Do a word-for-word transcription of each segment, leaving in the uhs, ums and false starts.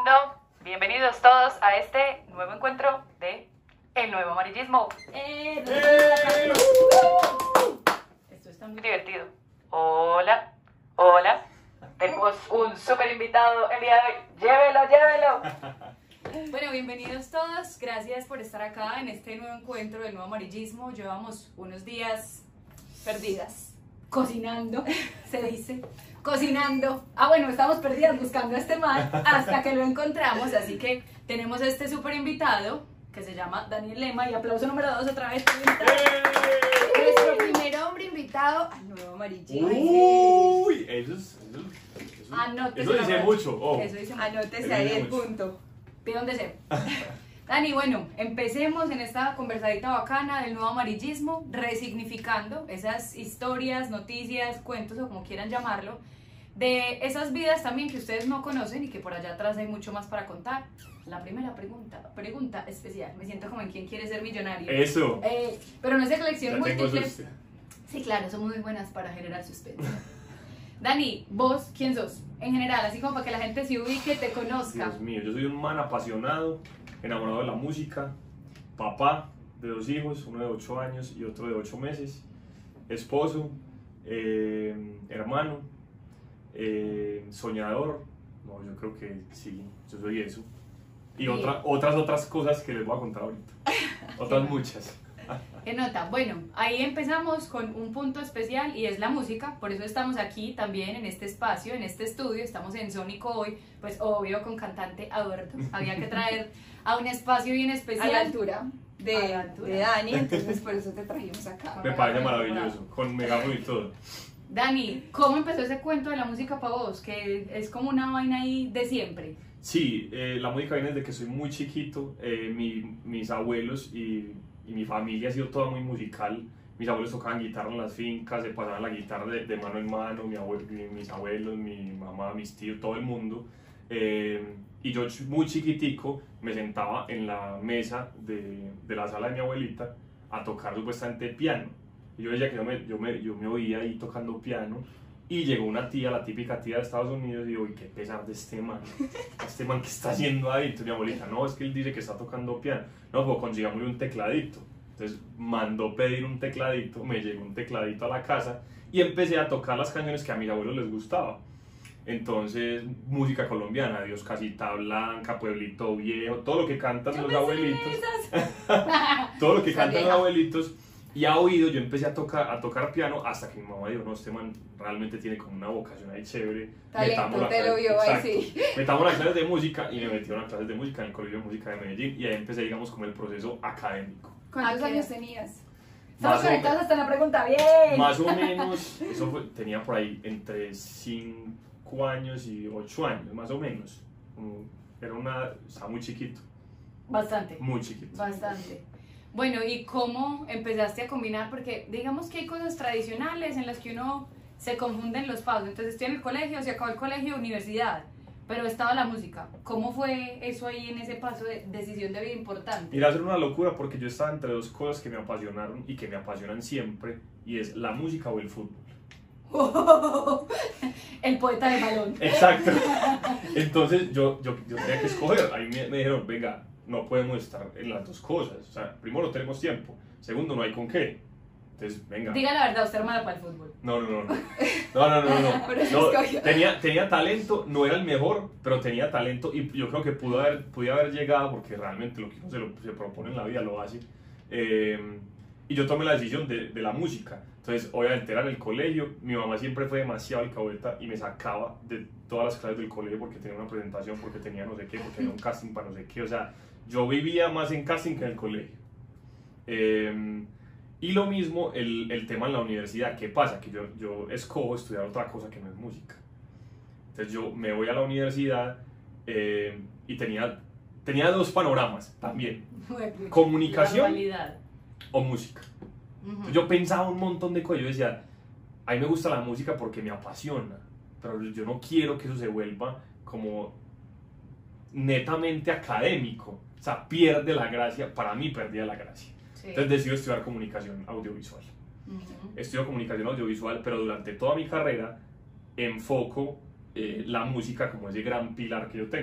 mundo, bienvenidos todos a este nuevo encuentro de El Nuevo Amarillismo. ¡Eh! ¡Eh! Esto está muy divertido. Hola, hola, tenemos un súper invitado el día de hoy. ¡Llévelo, llévelo! Bueno, bienvenidos todos, gracias por estar acá en este nuevo encuentro del Nuevo Amarillismo. Llevamos unos días perdidas, cocinando, se dice, cocinando. Ah, bueno, estamos perdidas buscando a este man hasta que lo encontramos, así que tenemos a este súper invitado que se llama Daniel Lema, y aplauso número dos otra vez por invitar. Nuestro primer hombre invitado al Nuevo Amarillismo. Uy, eso es. Eso, eso, Anótese eso dice la mucho. Oh. Eso dice mucho. Anótese Eso ahí dice el mucho. punto. Pidón de ser. Dani, bueno, empecemos en esta conversadita bacana del Nuevo Amarillismo, resignificando esas historias, noticias, cuentos o como quieran llamarlo, de esas vidas también que ustedes no conocen y que por allá atrás hay mucho más para contar. La primera pregunta, pregunta especial, me siento como en ¿Quién quiere ser millonario? Eso. Eh, pero no es de colección Ya tengo múltiple. susto. Sí, claro, somos muy buenas para generar suspenso. Dani, vos, ¿quién sos? En general, así como para que la gente se ubique, te conozca. Dios mío, yo soy un man apasionado, enamorado de la música, papá de dos hijos, uno de ocho años y otro de ocho meses, esposo, eh, hermano, eh, soñador. No, yo creo que sí, yo soy eso. Y Bien. otra, otras otras cosas que les voy a contar ahorita. Otras muchas. ¿Qué nota? Bueno, ahí empezamos con un punto especial y es la música, por eso estamos aquí también en este espacio, en este estudio, estamos en Sónico hoy, pues obvio con cantante Adorto, había que traer a un espacio bien A especial. la altura de, A la altura. de Dani, entonces por eso te trajimos acá. Me parece maravilloso, con megáfono y todo. Dani, ¿cómo empezó ese cuento de la música para vos? Que es como una vaina ahí de siempre. Sí, eh, la música viene desde que soy muy chiquito. Eh, mi, mis abuelos y, y mi familia ha sido toda muy musical. Mis abuelos tocaban guitarra en las fincas, se pasaban la guitarra de, de mano en mano, mi abuelo, mi- mis abuelos, mi mamá, mis tíos, todo el mundo. Eh, y yo ch- muy chiquitico me sentaba en la mesa de, de la sala de mi abuelita a tocar supuestamente piano. Y yo decía que yo me, yo me, yo me oía ahí tocando piano. Y llegó una tía, la típica tía de Estados Unidos, y digo, uy, qué pesar de este man. Este man, ¿qué está haciendo ahí? Entonces mi abuelita, no, es que él dice que está tocando piano. No, pues consigámosle un tecladito. Entonces mandó pedir un tecladito, me llegó un tecladito a la casa y empecé a tocar las canciones que a mis abuelos les gustaba. Entonces, música colombiana, Dios Casita Blanca, Pueblito Viejo, todo lo que cantan Yo los me sé abuelitos. esas. Todo lo que Esa cantan los vieja. abuelitos. Y a oído yo empecé a tocar, a tocar piano hasta que mi mamá dijo, no, este man realmente tiene como una vocación ahí chévere. Talento, Metamos la te lo clase- vio ahí, exacto. sí. Metamos las clases de música y me metieron a clases de música en el Colegio de Música de Medellín y ahí empecé, digamos, como el proceso académico. ¿Cuántos ¿A qué años edad? tenías? Estamos Más o conectados menos. hasta la pregunta, bien. Más o menos, eso fue, tenía por ahí entre cinco años y ocho años, más o menos. Como- Era una, estaba muy chiquito, Bastante. muy chiquito. Bastante. Bueno, ¿y cómo empezaste a combinar? Porque digamos que hay cosas tradicionales en las que uno se confunden los pasos. Entonces estoy en el colegio, se acabó el colegio, universidad, pero estaba la música. ¿Cómo fue eso ahí en ese paso de decisión de vida importante? Ir a hacer una locura porque yo estaba entre dos cosas que me apasionaron y que me apasionan siempre, y es la música o el fútbol. El poeta del balón. Exacto. Entonces yo, yo, yo tenía que escoger. Ahí me, me dijeron, venga, no podemos estar en las dos cosas. O sea, primero no tenemos tiempo, segundo no hay con qué. Entonces, venga. Diga la verdad, usted hermana para el fútbol. No, no, no, no. No, no, no, no. Por eso No, escogió. tenía, tenía talento, no era el mejor, pero tenía talento y yo creo que pudo haber, podía haber llegado porque realmente lo que uno se, lo, se propone en la vida lo hace. Eh, y yo tomé la decisión de, de la música. Entonces, obviamente era en el colegio, mi mamá siempre fue demasiado alcahueta y me sacaba de todas las clases del colegio porque tenía una presentación, porque tenía no sé qué, porque tenía un casting para no sé qué. O sea, yo vivía más en casting que en el colegio. Eh, y lo mismo el, el tema en la universidad. ¿Qué pasa? Que yo, yo escojo estudiar otra cosa que no es música. Entonces yo me voy a la universidad eh, y tenía, tenía dos panoramas también, Comunicación. La dualidad. o música. Ujú. Entonces yo pensaba un montón de cosas, yo decía, a mí me gusta la música porque me apasiona, pero yo no quiero que eso se vuelva como netamente académico, o sea, pierde la gracia, para mí perdía la gracia. Sí. Entonces decido estudiar comunicación audiovisual. Ujú. Estudio comunicación audiovisual, pero durante toda mi carrera enfoco eh, la música como ese gran pilar que yo tengo.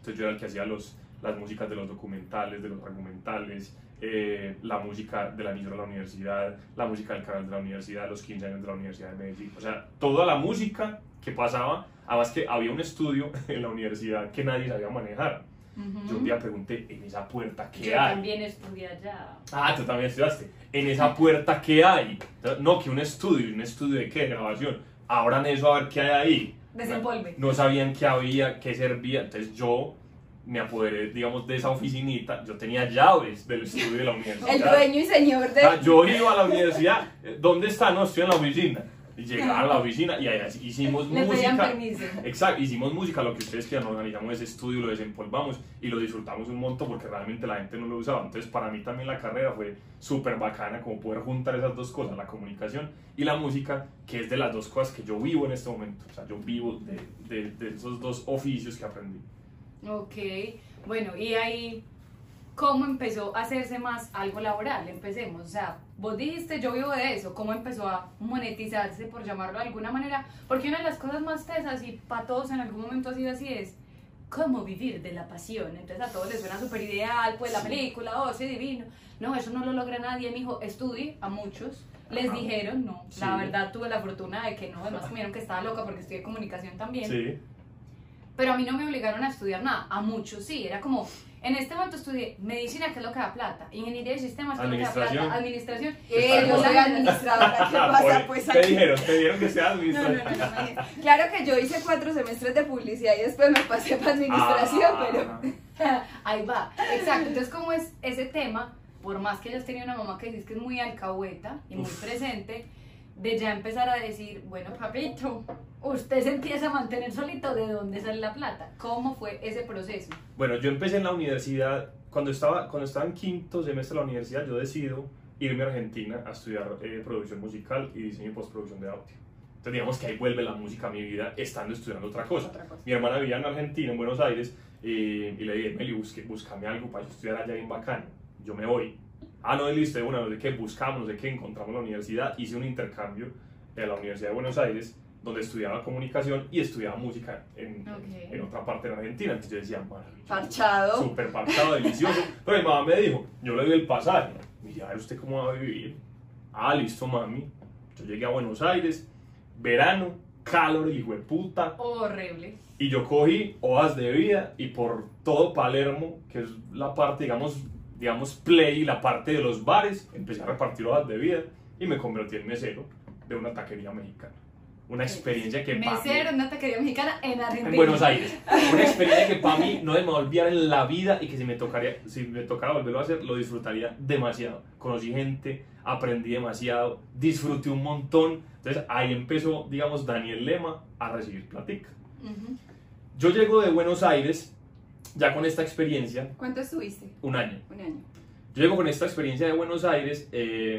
entonces yo era el que hacía los, las músicas de los documentales, de los argumentales, eh, la música de la emisora de la universidad, la música del canal de la universidad, los quince años de la Universidad de Medellín, o sea, toda la música que pasaba, además que había un estudio en la universidad que nadie sabía manejar. Uh-huh. Yo un día pregunté, en esa puerta, ¿qué Yo hay? Yo también estudié allá. Ah, tú también estudiaste. En esa puerta, ¿qué hay? No, que un estudio, ¿un estudio de qué? De grabación. Abran eso a ver qué hay ahí. Desempolve. No sabían qué había, qué servía. Entonces yo me apoderé, digamos, de esa oficinita. Yo tenía llaves del estudio de la universidad. El dueño y señor de... O sea, yo iba a la universidad. ¿Dónde está? No, estoy en la oficina. Y llegaba a la oficina y ahí hicimos Le música. pedían permiso. Exacto, hicimos música, lo que ustedes quieran, organizamos ese estudio, lo desempolvamos y lo disfrutamos un montón porque realmente la gente no lo usaba. Entonces para mí también la carrera fue súper bacana como poder juntar esas dos cosas, la comunicación y la música, que es de las dos cosas que yo vivo en este momento. O sea, yo vivo de, de, de esos dos oficios que aprendí. Ok, bueno, y ahí, ¿cómo empezó a hacerse más algo laboral? Empecemos, o sea, vos dijiste, yo vivo de eso, ¿cómo empezó a monetizarse, por llamarlo de alguna manera? Porque una de las cosas más tesas, y para todos en algún momento ha sido así, es cómo vivir de la pasión. Entonces a todos les suena súper ideal, pues la película, oh, sí, divino. No, eso no lo logra nadie, mijo, estudie, a muchos les Ajá. dijeron, no, Sí. la verdad tuve la fortuna de que no, además me dijeron que estaba loca porque estudié comunicación también. Sí. Pero a mí no me obligaron a estudiar nada, a muchos sí, era como, en este momento estudié medicina, que es lo que da plata, ingeniería de sistemas, que es lo que da Administración. plata, administración. Eh, yo soy administradora, ¿qué pasa? Pues Te aquí... dijeron, te dijeron que seas No, no, administrador. no, no, no, no. Claro que yo hice cuatro semestres de publicidad y después me pasé para administración, Ah. pero... Ahí va, exacto. Entonces, ¿cómo es ese tema? Por más que hayas tenido una mamá que dices que es muy alcahueta y muy Uf. presente, de ya empezar a decir, bueno, papito, usted se empieza a mantener solito, ¿de dónde sale la plata? ¿Cómo fue ese proceso? Bueno, yo empecé en la universidad, cuando estaba, cuando estaba en quinto semestre de la universidad, yo decido irme a Argentina a estudiar eh, producción musical y diseño y postproducción de audio. Entonces digamos que ahí vuelve la música a mi vida, estando estudiando otra cosa. Otra cosa. Mi hermana vivía en Argentina, en Buenos Aires, eh, y le dije, Meli, busque, búscame algo para yo estudiar allá bien bacano. Yo me voy. Ah, no, listo, de una, no sé qué, buscamos, no sé qué, encontramos la universidad, hice un intercambio en la Universidad de Buenos Aires, donde estudiaba comunicación y estudiaba música en, Okay. en, en otra parte de Argentina. Entonces yo decía, maravilloso, Parchado. súper parchado, delicioso. Pero mi mamá me dijo, yo le doy el pasaje. Mire, a ver usted cómo va a vivir. Ah, listo, mami. Yo llegué a Buenos Aires, verano, calor, el hijo de puta. Horrible. Y yo cogí hojas de vida y por todo Palermo, que es la parte, digamos, digamos, play, la parte de los bares, empecé a repartir hojas de vida y me convertí en mesero de una taquería mexicana. Una experiencia que para mí, Mesero en una taquería mexicana en Argentina. en Buenos Aires, una experiencia que para mí no se me va a olvidar en la vida y que si me tocaría, si me tocara volverlo a hacer, lo disfrutaría demasiado. Conocí gente, aprendí demasiado, disfruté un montón. Entonces ahí empezó, digamos, Daniel Lema a recibir platica. Uh-huh. Yo llego de Buenos Aires ya con esta experiencia, ¿Cuánto estuviste? un año. Un año. Yo llego con esta experiencia de Buenos Aires eh,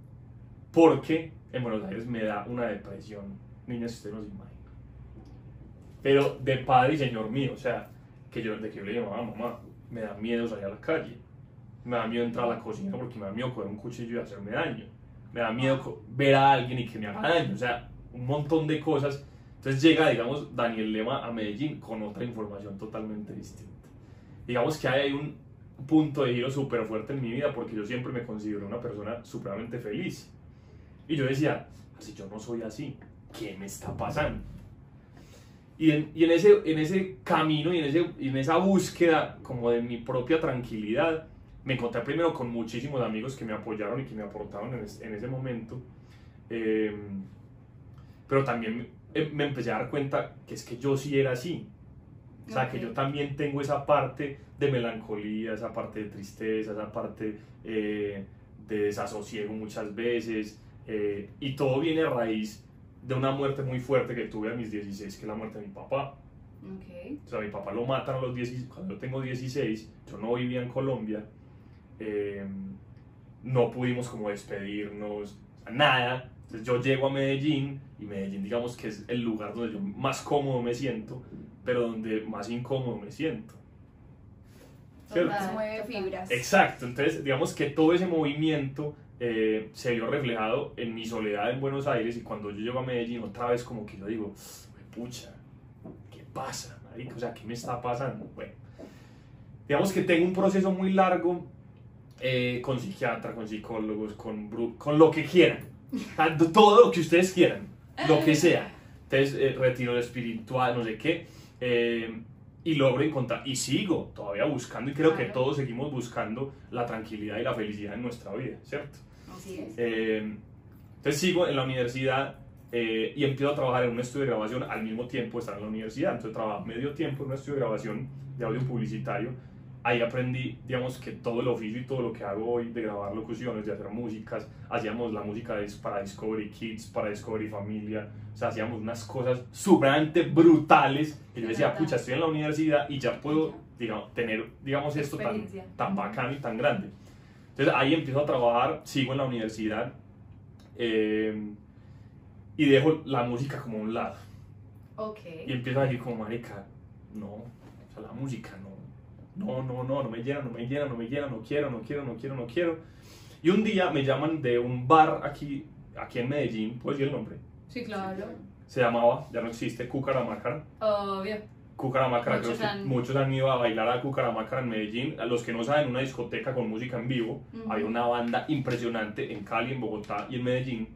porque en Buenos Aires me da una depresión, niñas, ustedes no se imaginan. Pero de padre y señor mío, o sea, que yo, de que yo le digo, mamá, mamá, me da miedo salir a la calle, me da miedo entrar a la cocina porque me da miedo coger un cuchillo y hacerme daño, me da miedo co- ver a alguien y que me haga daño, o sea, un montón de cosas. Entonces llega, digamos, Daniel Lema a Medellín con otra información totalmente distinta. Digamos que hay un punto de giro súper fuerte en mi vida porque yo siempre me considero una persona supremamente feliz. Y yo decía, si yo no soy así, ¿qué me está pasando? Y en, y en, ese, en ese camino y en, ese, y en esa búsqueda como de mi propia tranquilidad, me encontré primero con muchísimos amigos que me apoyaron y que me aportaron en, es, en ese momento. Eh, pero también me, me empecé a dar cuenta que es que yo sí era así. O sea, Okay. que yo también tengo esa parte de melancolía, esa parte de tristeza, esa parte eh, de desasosiego muchas veces. Eh, y todo viene a raíz de una muerte muy fuerte que tuve a mis dieciséis, que es la muerte de mi papá. Okay. O sea, mi papá lo matan a los dieciséis, cuando yo tengo dieciséis, yo no vivía en Colombia, eh, no pudimos como despedirnos, nada. Entonces yo llego a Medellín, y Medellín digamos que es el lugar donde yo más cómodo me siento, pero donde más incómodo me siento. ¿Cierto? Total. Mueve fibras. Exacto, entonces digamos que todo ese movimiento eh, se vio reflejado en mi soledad en Buenos Aires, y cuando yo llego a Medellín otra vez como que yo digo, pucha, ¿qué pasa, marica? O sea, ¿qué me está pasando? Bueno, digamos que tengo un proceso muy largo eh, con psiquiatra, con psicólogos, con, bru- con lo que quieran, todo lo que ustedes quieran, lo que sea. Entonces, eh, retiro espiritual, no sé qué, eh, y logro encontrar, y sigo todavía buscando, y creo que Claro. todos seguimos buscando la tranquilidad y la felicidad en nuestra vida, ¿cierto? Así es. Eh, entonces sigo en la universidad eh, y empiezo a trabajar en un estudio de grabación al mismo tiempo de estar en la universidad. Entonces trabajo medio tiempo en un estudio de grabación de audio publicitario. Ahí aprendí, digamos, que todo el oficio y todo lo que hago hoy de grabar locuciones, de hacer músicas. Hacíamos la música de- para Discovery Kids, para Discovery Familia. O sea, hacíamos unas cosas supremamente brutales que yo decía, pucha, estoy en la universidad y ya puedo, digamos, tener, digamos, esto tan, Experiencia. tan bacano y tan grande. Entonces ahí empiezo a trabajar, sigo en la universidad eh, y dejo la música como a un lado. Ok. Y empiezo a decir como, marica, no, o sea, la música no, no, no, no, no me llena, no me llena, no me llena, no quiero, no quiero, no quiero, no quiero. Y un día me llaman de un bar aquí, aquí en Medellín, ¿puedo decir el nombre? Sí, claro. Se llamaba, ya no existe, Cucaramácara. Obvio. Cucaramácara, creo Muchos que han- muchos han ido a bailar a Cucaramácara en Medellín. A los que no saben, una discoteca con música en vivo. Ujú. Había una banda impresionante en Cali, en Bogotá y en Medellín.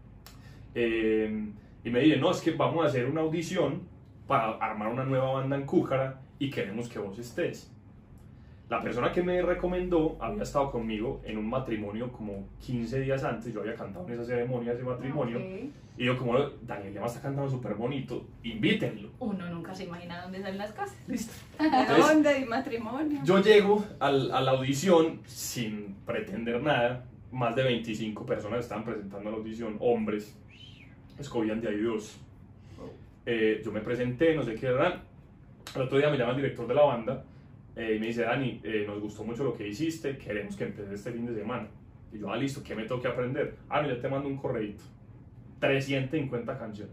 Eh, y me dicen, no, es que vamos a hacer una audición para armar una nueva banda en Cúcara y queremos que vos estés. La persona que me recomendó había estado conmigo en un matrimonio como quince días antes. Yo había cantado en esa ceremonia, ese matrimonio. Ok. Y yo como, Daniel Llama está cantando súper bonito, invítenlo. Uno nunca se imagina dónde salen las cosas. Listo. ¿De Entonces, dónde? ¿Y matrimonio? yo llego al- a la audición sin pretender nada. Más de veinticinco personas estaban presentando la audición, hombres. Escogían de ahí dos. Eh, yo me presenté, no sé qué era. El otro día me llama el director de la banda eh, y me dice, Dani, eh, nos gustó mucho lo que hiciste, queremos que empieces este fin de semana. Y yo, ah, listo, ¿qué me tengo que aprender? Ah, no, yo te mando un correíto. trescientas cincuenta canciones.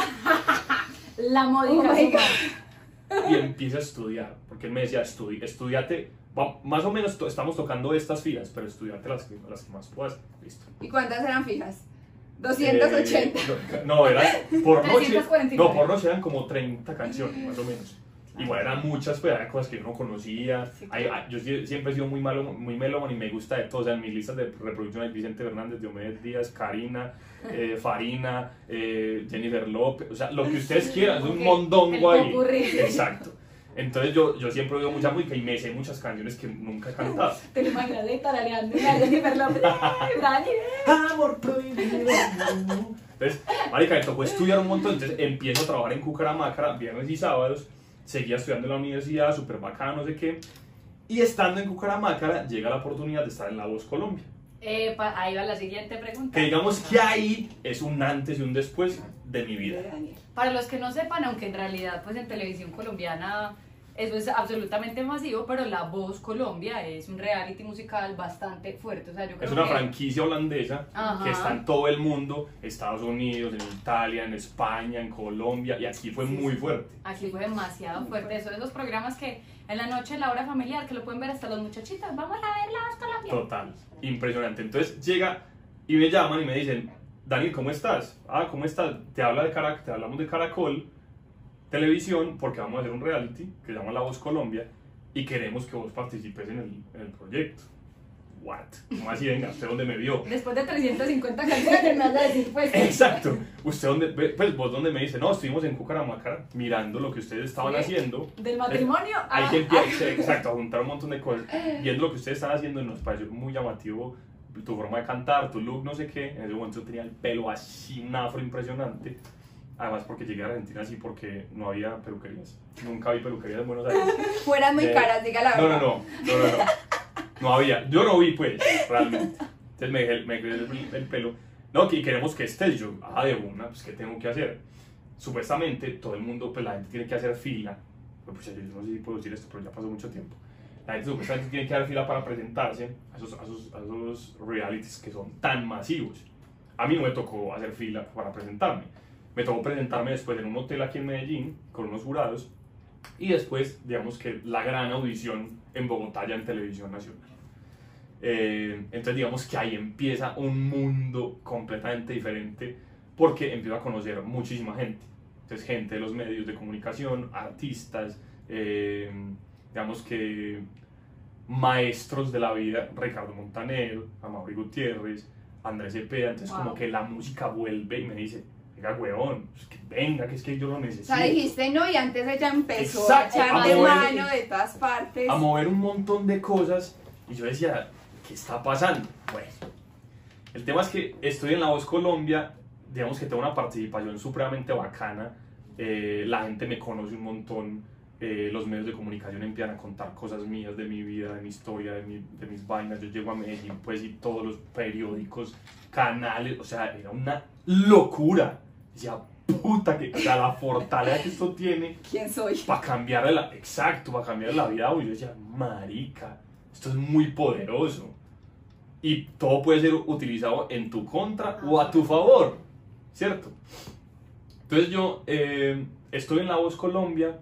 La Oh módica my suma. God. Y empiezo a estudiar, porque él me decía, Estudi estudiate, va- más o menos to- estamos tocando estas filas, pero estudiate las que, las que más puedas. Listo. ¿Y cuántas eran fijas? doscientas ochenta. Eh, no, no, eran por noche, trescientas cuarenta y nueve. no, por noche eran como treinta canciones, más o menos. Igual eran muchas, pues eran cosas que yo no conocía. Sí, Hay- claro. hay- yo sie- siempre he sido muy malo, muy melómano y me gusta de todo. O sea, en mis listas de reproducción hay Vicente Fernández, Diomedes Díaz, Karina, eh, Farina, eh, Jennifer López. O sea, lo que ustedes quieran, es un Ok, mondongo el ahí. popurrí. Exacto. Entonces yo, yo siempre oigo mucha música y me sé muchas canciones que nunca he cantado. Te lo imaginas de tarareando una Jennifer López. ¡Ay, Dani! Amor prohibido. Entonces, marica, me tocó estudiar un montón. Entonces empiezo a trabajar en Cucaramácara viernes y sábados. Seguía estudiando en la universidad, súper bacano, no sé qué. Y estando en Cucaramácara, llega la oportunidad de estar en La Voz Colombia. Eh, pa- ahí va la siguiente pregunta. Que digamos que ahí es un antes y un después de mi vida. Para los que no sepan, aunque en realidad pues en televisión colombiana eso es absolutamente masivo, pero La Voz Colombia es un reality musical bastante fuerte. O sea, yo creo Es una que franquicia holandesa Ajá. que está en todo el mundo, Estados Unidos, en Italia, en España, en Colombia, y aquí fue Sí, muy sí. fuerte. aquí fue demasiado fuerte. Eso de esos programas que en la noche, en la hora familiar, que lo pueden ver hasta los muchachitos. Vamos a ver La Voz Colombia. Total, impresionante. Entonces llega y me llaman y me dicen, Daniel, ¿cómo estás? Ah, ¿cómo estás? Te, habla de Carac te hablamos de Caracol Televisión porque vamos a hacer un reality que se llama La Voz Colombia y queremos que vos participes en el, en el proyecto. What? ¿Cómo así? Venga, ¿usted dónde me vio? Después de trescientas cincuenta canciones, me vas a decir, pues. Exacto. ¿Usted dónde? ve- Pues vos dónde me dice, no, estuvimos en Cucaramácara mirando lo que ustedes estaban Sí. haciendo. Del matrimonio Hay a. que empieza, exacto, a juntar un montón de cosas. Viendo lo que ustedes están haciendo, nos pareció muy llamativo tu forma de cantar, tu look, no sé qué. En ese momento yo tenía el pelo así, un afro impresionante. Además, porque llegué a Argentina así, porque no había peluquerías. Nunca vi peluquerías en Buenos Aires. Fueran muy De- caras, diga la No, verdad. no, no, no, no, no. No había. Yo no vi, pues, realmente. Entonces me dejé, me dejé el, el pelo. No, que queremos que estés. Yo, ah, de una, pues, ¿qué tengo que hacer? Supuestamente, todo el mundo, pues, la gente tiene que hacer fila. Pues, yo no sé si puedo decir esto, pero ya pasó mucho tiempo. La gente supuestamente tiene que hacer fila para presentarse a esos, a esos, a esos realities que son tan masivos. A mí no me tocó hacer fila para presentarme. Me tocó presentarme después en un hotel aquí en Medellín con unos jurados y después, digamos que la gran audición en Bogotá ya en Televisión Nacional. Eh, entonces digamos que ahí empieza un mundo completamente diferente porque empiezo a conocer muchísima gente. Entonces gente de los medios de comunicación, artistas, eh, digamos que maestros de la vida, Ricardo Montaner, Amaury Gutiérrez, Andrés Cepeda, entonces Wow. como que la música vuelve y me dice, venga, huevón, pues que venga, que es que yo lo O necesito. sea, dijiste no y antes ella empezó Exacto, a a echarle mover- mano de todas partes. A mover un montón de cosas y yo decía, ¿qué está pasando? Bueno, el tema es que estoy en La Voz Colombia, digamos que tengo una participación supremamente bacana, eh, la gente me conoce un montón, eh, los medios de comunicación empiezan a contar cosas mías de mi vida, de mi historia, de, mi- de mis vainas, yo llego a Medellín pues y todos los periódicos, canales, o sea, era una locura, decía, puta, que, o sea, la fortaleza que esto tiene ¿Quién soy? para cambiar la, exacto, para cambiar la vida, y yo decía, marica, esto es muy poderoso y todo puede ser utilizado en tu contra o a tu favor, ¿cierto? Entonces yo eh, estoy en La Voz Colombia,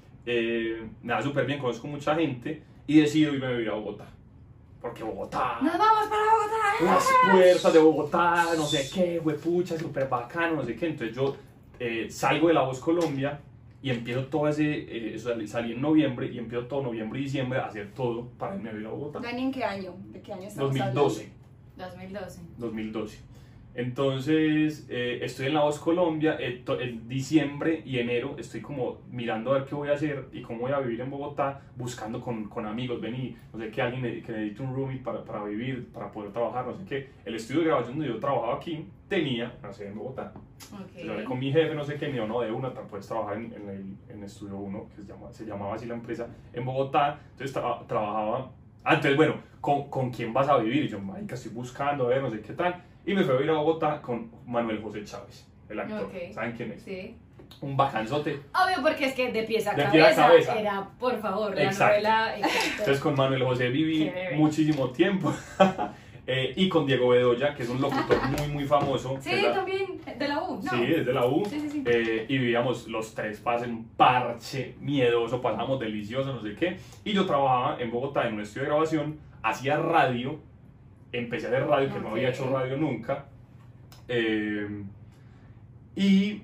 eh, me da súper bien, conozco mucha gente y decido irme a vivir a Bogotá, porque Bogotá, ¡Nos vamos para Bogotá! las puertas de Bogotá, no sé qué, huepucha, súper bacano, no sé qué. Entonces yo eh, salgo de La Voz Colombia y empiezo todo ese, eh, salí, salí en noviembre y empiezo todo noviembre y diciembre a hacer todo para irme a vivir a Bogotá. ¿Dani en qué año? ¿De qué año estamos dos mil doce, dos mil doce. dos mil doce. Entonces eh, estoy en La Voz Colombia, eh, to- en diciembre y enero estoy como mirando a ver qué voy a hacer y cómo voy a vivir en Bogotá, buscando con, con amigos, vení, no sé qué, alguien me- que necesite un roomie para, para vivir, para poder trabajar, no sé qué. El estudio de grabación donde yo trabajaba aquí tenía una sede en Bogotá. Entonces hablé con mi jefe, no sé qué, me dijo, no, de una, puedes trabajar en, en el en Estudio uno, que se, llama, se llamaba así la empresa, en Bogotá. Entonces tra- trabajaba, ah, entonces bueno, ¿con, ¿con quién vas a vivir? Y yo, marica, estoy buscando, a ver, no sé qué tal. Y me fui a vivir a Bogotá con Manuel José Chávez, el actor. Ok. ¿Saben quién es? Sí. Un bacanzote. Obvio, porque es que de pies a De cabeza, pies a cabeza. era, por favor, la Exacto. novela. Entonces con Manuel José viví Qué bebé. muchísimo tiempo. Eh, y con Diego Bedoya, que es un locutor muy, muy famoso. Sí, que es la- también, de la U, ¿no? Sí, es de la U. Sí, sí, sí. Eh, y vivíamos los tres pases en un parche miedoso, pasábamos delicioso, no sé qué. Y yo trabajaba en Bogotá en un estudio de grabación, hacía radio, empecé a hacer radio, que no había Ok. hecho radio nunca. Eh, y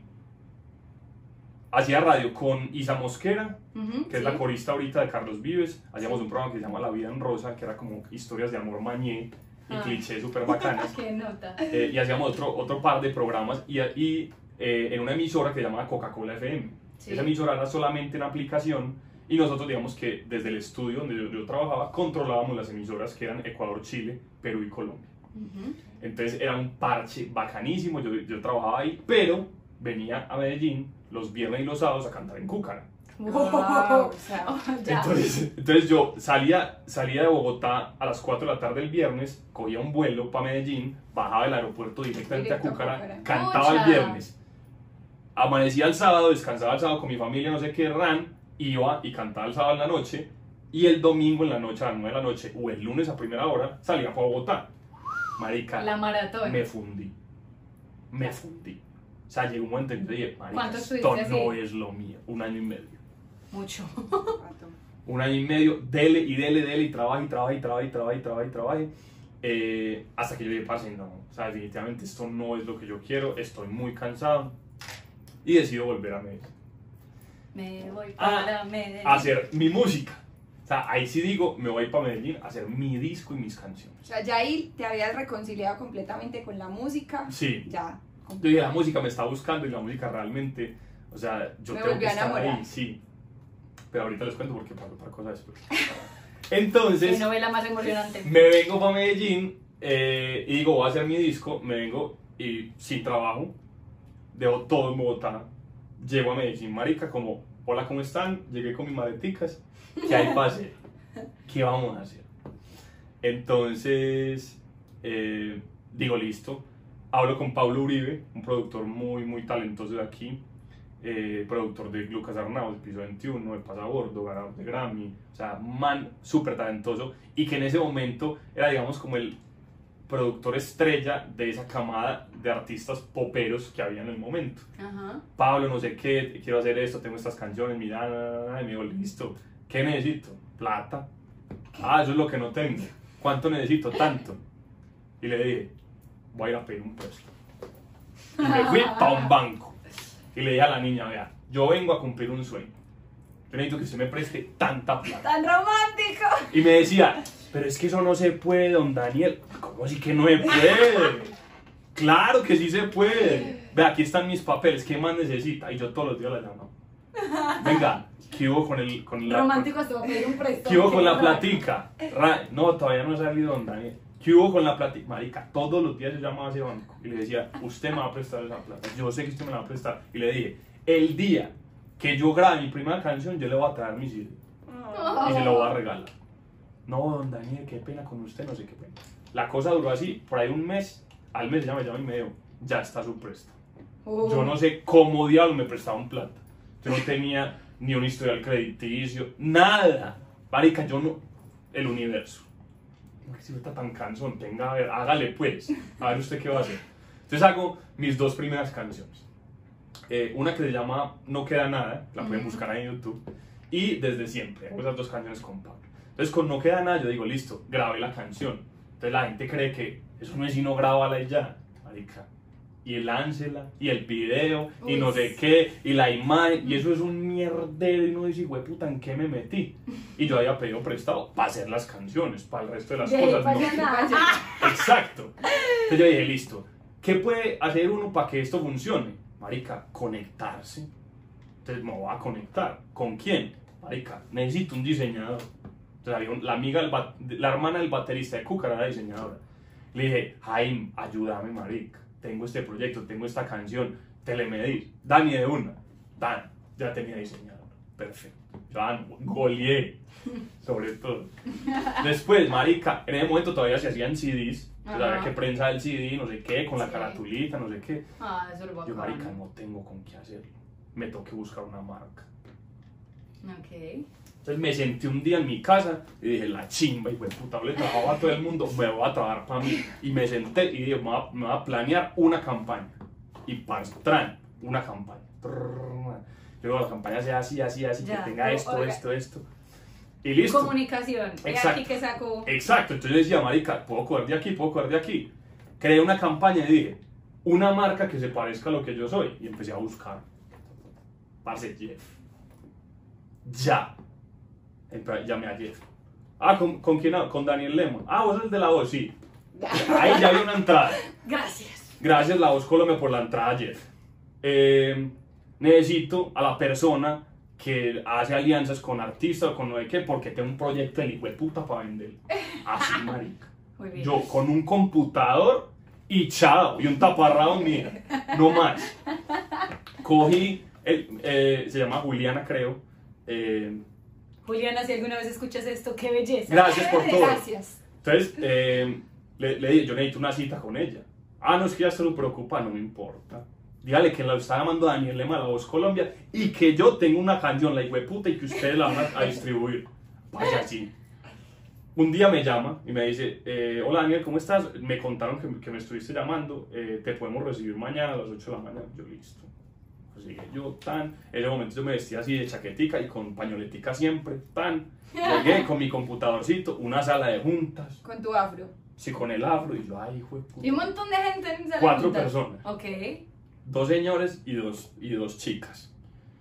hacía radio con Isa Mosquera, Ujú, que es sí. la corista ahorita de Carlos Vives. Hacíamos un programa que se llama La Vida en Rosa, que era como historias de amor mañé y Ah. clichés súper bacanas. Qué nota. Eh, y hacíamos otro, otro par de programas y, y eh, en una emisora que se llamaba Coca-Cola F M. Sí. Esa emisora era solamente una aplicación y nosotros digamos que desde el estudio donde yo, yo trabajaba controlábamos las emisoras que eran Ecuador, Chile, Perú y Colombia. Ujú. Entonces era un parche bacanísimo, yo, yo trabajaba ahí, pero venía a Medellín los viernes y los sábados a cantar en Cúcara. Wow, o sea, Ya. Entonces, entonces yo salía, salía de Bogotá a las cuatro de la tarde el viernes, cogía un vuelo para Medellín, bajaba del aeropuerto directamente Directo a a Cúcara, Cúcara. cantaba Pucha. el viernes, amanecía el sábado, descansaba el sábado con mi familia, no sé qué, ran, iba y cantaba el sábado en la noche, y el domingo en la noche, a las nueve de la noche, o el lunes a primera hora, salía para Bogotá. Marica, La maratón. me fundí, me fundí. O sea, llegó un momento en que dije, marica, ¿Cuánto esto estuviste no así? es lo mío, un año y medio. Mucho. Un año y medio, dele y dele, dele, y trabaje, y trabaje, y trabaje, y trabaje, y trabaje, y trabaje, eh, hasta que yo dije, parce, no, o sea, definitivamente esto no es lo que yo quiero, estoy muy cansado, y decido volver a Medellín, Me voy Ah, para Medellín. a hacer mi música. O sea, ahí sí digo, me voy para Medellín a hacer mi disco y mis canciones. o sea, ya ahí te habías reconciliado completamente con la música. Sí, Ya. yo dije, la música me está buscando y la música realmente, o sea, yo Me tengo volvió que a estar enamorar. ahí, sí. Pero ahorita les cuento porque pasa otra cosa después. Qué Entonces, novela más emocionante. me vengo para Medellín eh, y digo, voy a hacer mi disco, me vengo y sin trabajo, dejo todo en Bogotá, llego a Medellín, marica, como, hola, ¿cómo están? Llegué con mis maleticas, ¿qué hay para hacer? ¿Qué vamos a hacer? Entonces, eh, digo, listo, hablo con Pablo Uribe, un productor muy, muy talentoso de aquí, eh, productor de Lucas Arnaud, Piso veintiuno, de Pasabordo, ganador de Grammy, o sea, un man súper talentoso y que en ese momento era, digamos, como el productor estrella de esa camada de artistas poperos que había en el momento. Ajá. Pablo, no sé qué, quiero hacer esto, tengo estas canciones, mira, na, na, na, y me dijo, listo, ¿qué necesito? Plata. Ah, eso es lo que no tengo. ¿Cuánto necesito? Tanto. Y le dije, voy a ir a pedir un préstamo. Y me fui para un banco. Y le dije a la niña, vea, yo vengo a cumplir un sueño. yo necesito que usted me preste tanta plata. ¡Tan romántico! Y me decía, pero es que eso no se puede, don Daniel. ¿Cómo así que no se puede? Claro que sí se puede. Ve, aquí están mis papeles, ¿qué más necesita? Y yo todos los días la llamo. Venga, ¿qué hubo con el... Con la, Romántico hasta va a pedir un préstamo. ¿Qué hubo con la platica? Ra- No, todavía no ha salido don Daniel. ¿Qué hubo con la platica? Marica, todos los días yo llamaba a ese banco y le decía, usted me va a prestar esa plata. Yo sé que usted me la va a prestar. Y le dije, el día que yo grabe mi primera canción, yo le voy a traer mi C D. Y se lo voy a regalar. No, don Daniel, qué pena con usted, no sé qué pena. La cosa duró así, por ahí un mes. Al mes ya me llama y me dijo, ya está su préstamo. Uh. Yo no sé cómo diablos me prestaban plata. Yo no tenía ni un historial crediticio, nada. Marica, yo no... El universo. No, que si está tan cansón, venga a ver, hágale pues. A ver usted qué va a hacer. Entonces hago mis dos primeras canciones. Eh, una que se llama No Queda Nada, la pueden buscar ahí en YouTube. Y Desde Siempre, hago esas dos canciones con Pablo. Entonces con No Queda Nada yo digo, listo, grabé la canción. Entonces la gente cree que eso no es sino grabarla y ya. Marica. Y el láncela, y el video, y Uy. no sé qué, y la imagen, y eso es un mierdero, y uno dice, güey, puta, ¿en qué me metí? Y yo había pedido prestado para hacer las canciones, para el resto de las De cosas, para no. allá nada. Exacto. Entonces yo dije, listo, ¿qué puede hacer uno para que esto funcione? Marica, conectarse. Entonces me voy a conectar. ¿Con quién? Marica, necesito un diseñador. Entonces había un- la amiga, del ba- la hermana del baterista de Cuca era diseñadora. Le dije, Jaime, ayúdame, marica. Tengo este proyecto, tengo esta canción, Telemedir. Dani de una. Dan, ya tenía diseñador. Perfecto. Dan, goleé. Sobre todo. Después, marica, en ese momento todavía se hacían C Ds. Entonces había Ajá. que prensar el C D, no sé qué, con la Sí. caratulita, no sé qué. Ah, eso es Yo, bacano. marica, no tengo con qué hacerlo. Me toqué buscar una marca. Ok. Entonces me senté un día en mi casa y dije, la chimba, y pues puta, le trabajo a todo el mundo, me voy a trabajar para mí. Y me senté y dije, me voy a, me voy a planear una campaña. Y parce, tran, una campaña. Trrr, yo la campaña sea así, así, así, Ya, que tenga tú, esto, oiga. esto, esto. Y listo. Comunicación. Y Exacto. aquí que saco. Exacto, entonces yo decía, marica, puedo coger de aquí, puedo coger de aquí. Creé una campaña y dije, una marca que se parezca a lo que yo soy. Y empecé a buscar. Parce, Jeff. Ya. Empe- Llamé a Jeff. Ah, ¿con, con quién? hablo? Con Daniel Lemon. Ah, vos eres el de la voz, sí. Ahí ya había una entrada. Gracias. Gracias, La Voz Colombia, por la entrada, Jeff. Eh, necesito a la persona que hace alianzas con artistas o con no sé qué, porque tengo un proyecto del hijo de puta para vender. Así, marica. Muy bien. Yo con un computador y chao, y un taparrado, mira, no más. Cogí, el, eh, se llama Juliana, creo. Eh, Juliana, si alguna vez escuchas esto, qué belleza. gracias por todo. Gracias. Entonces, eh, le, le dije, yo necesito una cita con ella. Ah, no, es que ya se lo preocupa, no me importa. Dígale que la está llamando Daniel Lema, La Voz Colombia, y que yo tengo una canción, la hijueputa, y que ustedes la van a, a distribuir. Vaya así. Un día me llama y me dice, eh, hola Daniel, ¿cómo estás? Me contaron que, que me estuviste llamando, eh, te podemos recibir mañana a las ocho de la mañana. Yo, listo. Así que yo, tan, en ese momento yo me vestía así de chaquetica y con pañoletica siempre, tan. Llegué con mi computadorcito, una sala de juntas, Con tu afro. sí, con el afro, y yo, ay, hijo de puta. Y un montón de gente en esa Cuatro junta. personas. Ok. Dos señores y dos, y dos chicas.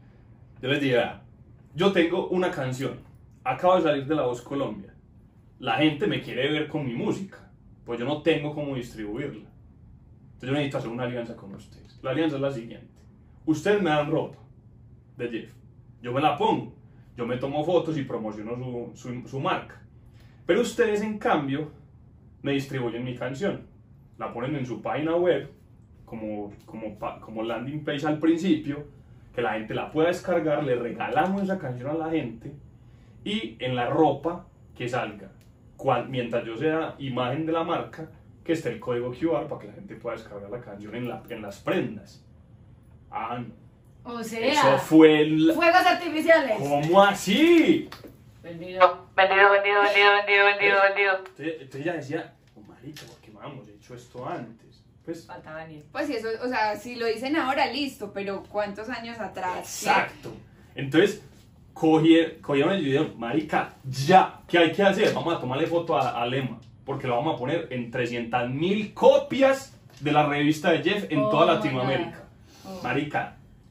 Yo les dije, "Vea, yo tengo una canción, acabo de salir de La Voz Colombia, la gente me quiere ver con mi música, pues yo no tengo cómo distribuirla. Entonces yo necesito hacer una alianza con ustedes. La alianza es la siguiente. Ustedes me dan ropa de Jeff, yo me la pongo, yo me tomo fotos y promociono su, su, su marca. Pero ustedes, en cambio, me distribuyen mi canción, la ponen en su página web, como, como, pa- como landing page al principio, que la gente la pueda descargar, le regalamos esa canción a la gente, y en la ropa que salga, cual, mientras yo sea imagen de la marca, que esté el código Q R para que la gente pueda descargar la canción en, la, en las prendas. Ah, no. O Eso sea, fue el... fuegos artificiales. ¿Cómo así? Vendido, vendido, vendido, vendido, vendido, vendido, vendido. Entonces, entonces ella decía, oh, marica, ¿por qué no habíamos hecho esto antes? Pues, Falta Daniel. Pues sí, eso, o sea, si lo dicen ahora, listo, pero ¿cuántos años atrás? exacto. Entonces, cogieron, cogieron el video, marica, ya, ¿qué hay que hacer? Vamos a tomarle foto a, a Lema, porque lo vamos a poner en trescientas mil copias de la revista de Jeff en Oh toda my Latinoamérica. God. Oh. Marica,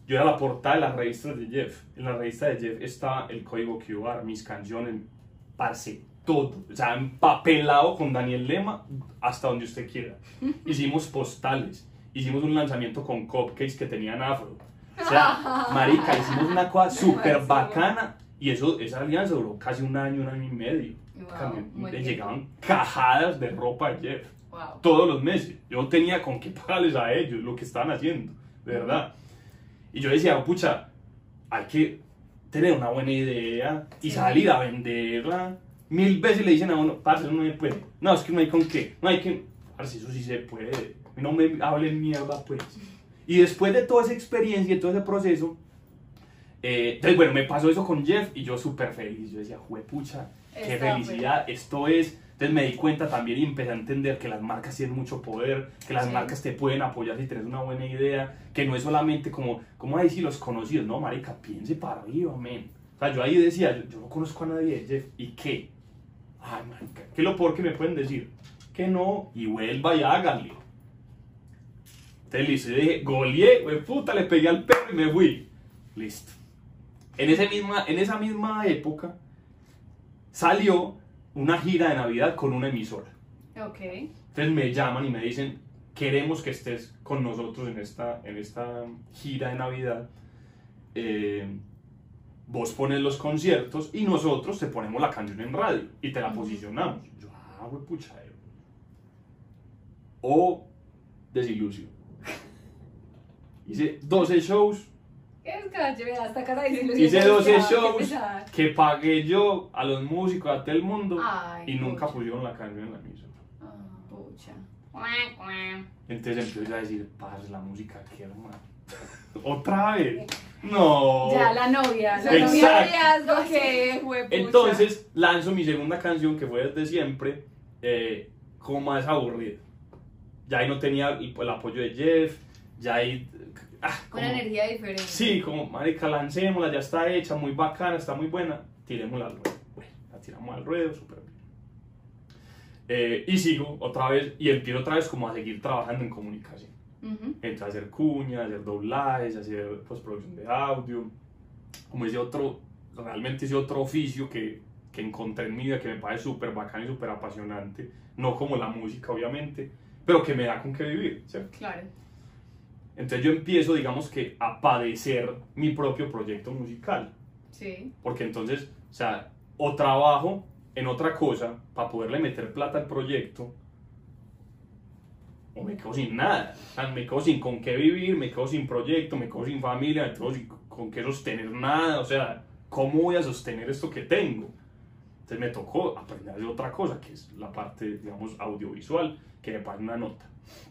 yo era la portada de las revistas de Jeff. En la revista de Jeff estaba el código Q R, mis canciones, parce, todo. O sea, empapelado con Daniel Lema hasta donde usted quiera. Hicimos postales, hicimos un lanzamiento con cupcakes que tenían afro. O sea, marica, hicimos una cosa súper bacana y eso, esa alianza duró casi un año, un año y medio. Wow, Le llegaban cajadas de ropa a Jeff. Wow. Todos los meses. Yo tenía con qué pagarles a ellos lo que estaban haciendo, de verdad. Y yo decía, pucha, hay que tener una buena idea y salir a venderla. Mil veces le dicen a uno, parce, eso no me puede. No, es que no hay con qué. No hay que. Parce, eso sí se puede. No me hablen mierda, pues. Y después de toda esa experiencia y todo ese proceso, eh, entonces, bueno, me pasó eso con Jeff y yo súper feliz. Yo decía, juepucha, qué Está felicidad. Esto es. Entonces me di cuenta también y empecé a entender que las marcas tienen mucho poder, que las Sí. marcas te pueden apoyar si tienes una buena idea, que no es solamente como, como decir los conocidos, no, marica, piense para arriba, men. O sea, yo ahí decía, yo, yo no conozco a nadie de Jeff, ¿y qué? Ay, marica, ¿qué es lo peor que me pueden decir? Que no, y vuelva y háganle. Entonces listo, yo dije, goleé, güey, puta, le pegué al perro y me fui. Listo. En, ese misma, en esa misma época salió una gira de Navidad con una emisora. Ok. Entonces me llaman y me dicen, queremos que estés con nosotros en esta, en esta gira de Navidad. Eh, vos pones los conciertos y nosotros te ponemos la canción en radio y te la posicionamos. Yo, ah, güey, pucha. eh. O desilusión. Hice doce shows. ¿Qué es cacho? Vea, hasta cara de desilusión. Hice doce Qué shows pesar. que pagué yo a los músicos, a todo el mundo, Ay, y nunca pucha. pusieron la canción en la emisora. Ah, pucha. Entonces empiezo a decir, parce, la música que hermano. ¿Otra vez? No. Ya, la novia. La Exacto. novia. Noviazgo que huepucha. Entonces lanzo mi segunda canción que fue desde siempre, eh, como más aburrida. Ya ahí no tenía el, el apoyo de Jeff, ya ahí... ah, como- Una energía diferente. Sí, como, marica, lancémosla, ya está hecha, muy bacana, está muy buena, tirémosla al ruedo. Bueno, la tiramos al ruedo, súper bien. Eh, y sigo otra vez, y empiezo otra vez como a seguir trabajando en comunicación. Ujú. Entre a hacer cuñas, hacer doblajes, hacer postproducción de audio, como ese otro, realmente ese otro oficio que, que encontré en mi vida, que me parece súper bacán y súper apasionante, no como la música obviamente, pero que me da con qué vivir, ¿cierto? Claro. Entonces yo empiezo, digamos que, a padecer mi propio proyecto musical, Sí. porque entonces, o sea, o trabajo en otra cosa para poderle meter plata al proyecto, o me quedo sin nada, o sea, me quedo sin con qué vivir, me quedo sin proyecto, me quedo sin familia, me quedo sin con qué sostener nada, o sea, ¿cómo voy a sostener esto que tengo? Entonces me tocó aprender de otra cosa, que es la parte, digamos, audiovisual, que me parece una nota.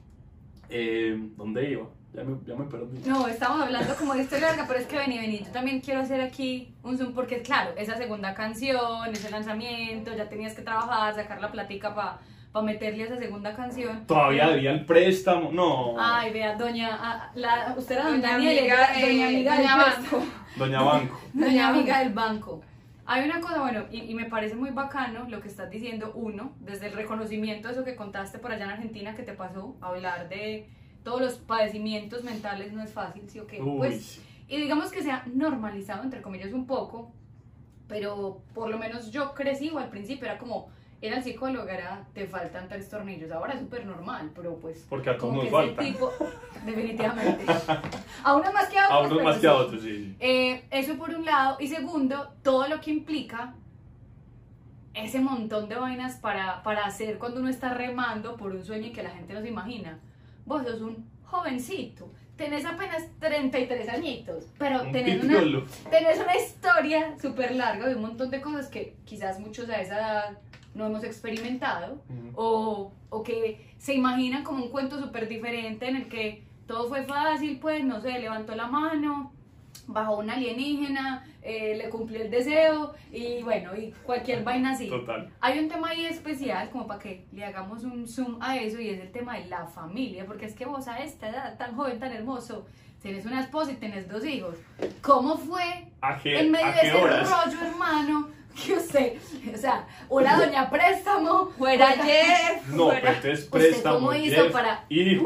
Eh, ¿Dónde iba? Ya me, ya me perdí. No, estamos hablando como de historia larga, pero es que vení, vení, yo también quiero hacer aquí un zoom porque claro, esa segunda canción, ese lanzamiento, ya tenías que trabajar, sacar la platica para pa meterle a esa segunda canción. Todavía debía el préstamo, no. Ay, vea, doña, ah, la, usted era doña Doña Daniela, amiga, doña eh, amiga doña del Banco. puesto. Doña Banco. Doña amiga del banco. Hay una cosa, bueno, y, y me parece muy bacano lo que estás diciendo, uno, desde el reconocimiento de eso que contaste por allá en Argentina que te pasó, hablar de todos los padecimientos mentales no es fácil, ¿sí o qué? Uy, Pues, sí. y digamos que se ha normalizado, entre comillas, un poco, pero por lo menos yo crecí o al principio era como, era el psicólogo, era, te faltan tres tornillos, ahora es súper normal, pero pues... Porque a todos como nos que ese faltan. tipo, definitivamente. A uno más que a otros. A unos pero más que a sí. otros, sí. Eh, eso por un lado. Y segundo, todo lo que implica ese montón de vainas para, para hacer cuando uno está remando por un sueño que la gente no se imagina. Vos sos un jovencito, tenés apenas treinta y tres añitos, pero Un tenés una, pitiolo. tenés una historia súper larga de un montón de cosas que quizás muchos a esa edad no hemos experimentado. Ujú. O, o que se imaginan como un cuento súper diferente en el que todo fue fácil, pues, no sé, levantó la mano, bajó un alienígena, eh, le cumplió el deseo y bueno, y cualquier vaina así. Total. Hay un tema ahí especial como para que le hagamos un zoom a eso y es el tema de la familia, porque es que vos a esta edad tan joven, tan hermoso, tenés una esposa y tenés dos hijos. ¿Cómo fue ¿A qué, en medio a de qué ese horas? rollo, hermano? Que usted, o sea, una doña préstamo, Fuera oiga, Jeff. No, fuera- pero entonces ¿Usted préstamo, cómo hizo Jeff, para- hijo.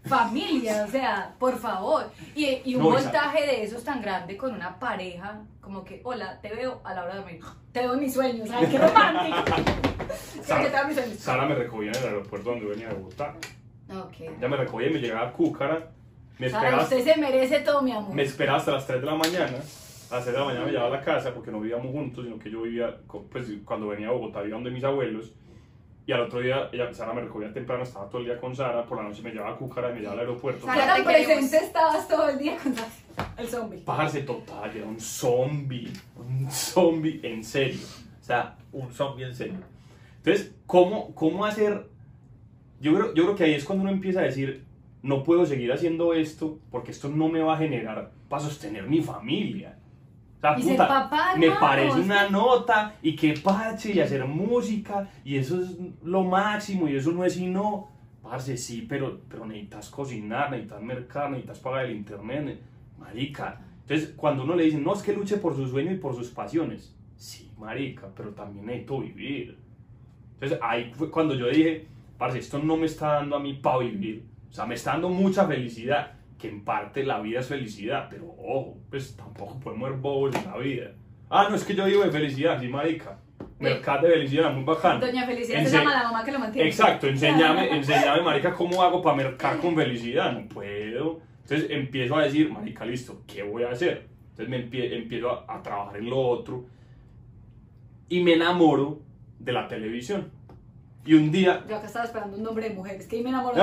familia, o sea, por favor. Y, y un No, voltaje de esos tan grande con una pareja, como que, hola, te veo a la hora de dormir, te veo en mis sueños, ¿sabes? ¡Qué romántico! Sí, que te veo en mis sueños. Sara me recogía en el aeropuerto donde venía de Bogotá. Ok. Ella me recogía y me llegaba a Cúcara. Me Sara, esperaba, usted se merece todo, mi amor. me esperaba hasta las tres de la mañana. A las tres de la mañana me llevaba a la casa porque no vivíamos juntos, sino que yo vivía, con- pues cuando venía a Bogotá vivía donde mis abuelos. Y al otro día, ella, Sara me recogía temprano, estaba todo el día con Sara. Por la noche me llevaba a Cúcara y me llevaba al aeropuerto. Sara, Sara, te tan presente queremos. estabas todo el día con el zombie. Parce total, era un zombie, un zombie en serio, o sea, un zombie en serio. Entonces, ¿cómo, cómo hacer? Yo creo, yo creo que ahí es cuando uno empieza a decir, no puedo seguir haciendo esto porque esto no me va a generar para sostener mi familia. O sea, Y ser puta, papá, me hermano, parece es una que- nota y qué parche y hacer música y eso es lo máximo y eso no es sino, parce, sí, pero, pero necesitas cocinar, necesitas mercar, necesitas pagar el internet, ne- marica. Entonces, cuando uno le dice, no, es que luche por su sueño y por sus pasiones, sí, marica, pero también necesito vivir. Entonces, ahí fue cuando yo dije, parce, esto no me está dando a mí para vivir, o sea, me está dando mucha felicidad, que en parte la vida es felicidad, pero ojo, pues tampoco podemos ser bobos en la vida. Ah, no, es que yo vivo de felicidad, sí, marica. Mercado de felicidad, muy bacano. Doña Felicidad Ense- se llama la mamá que lo mantiene. Exacto, enséñame, enséñame, marica, cómo hago para mercar con felicidad. No puedo. Entonces empiezo a decir, marica, listo, ¿qué voy a hacer? Entonces me empie- empiezo a, a trabajar en lo otro y me enamoro de la televisión. Y un día, Yo acá estaba esperando un nombre de mujer, es que ahí me enamoré.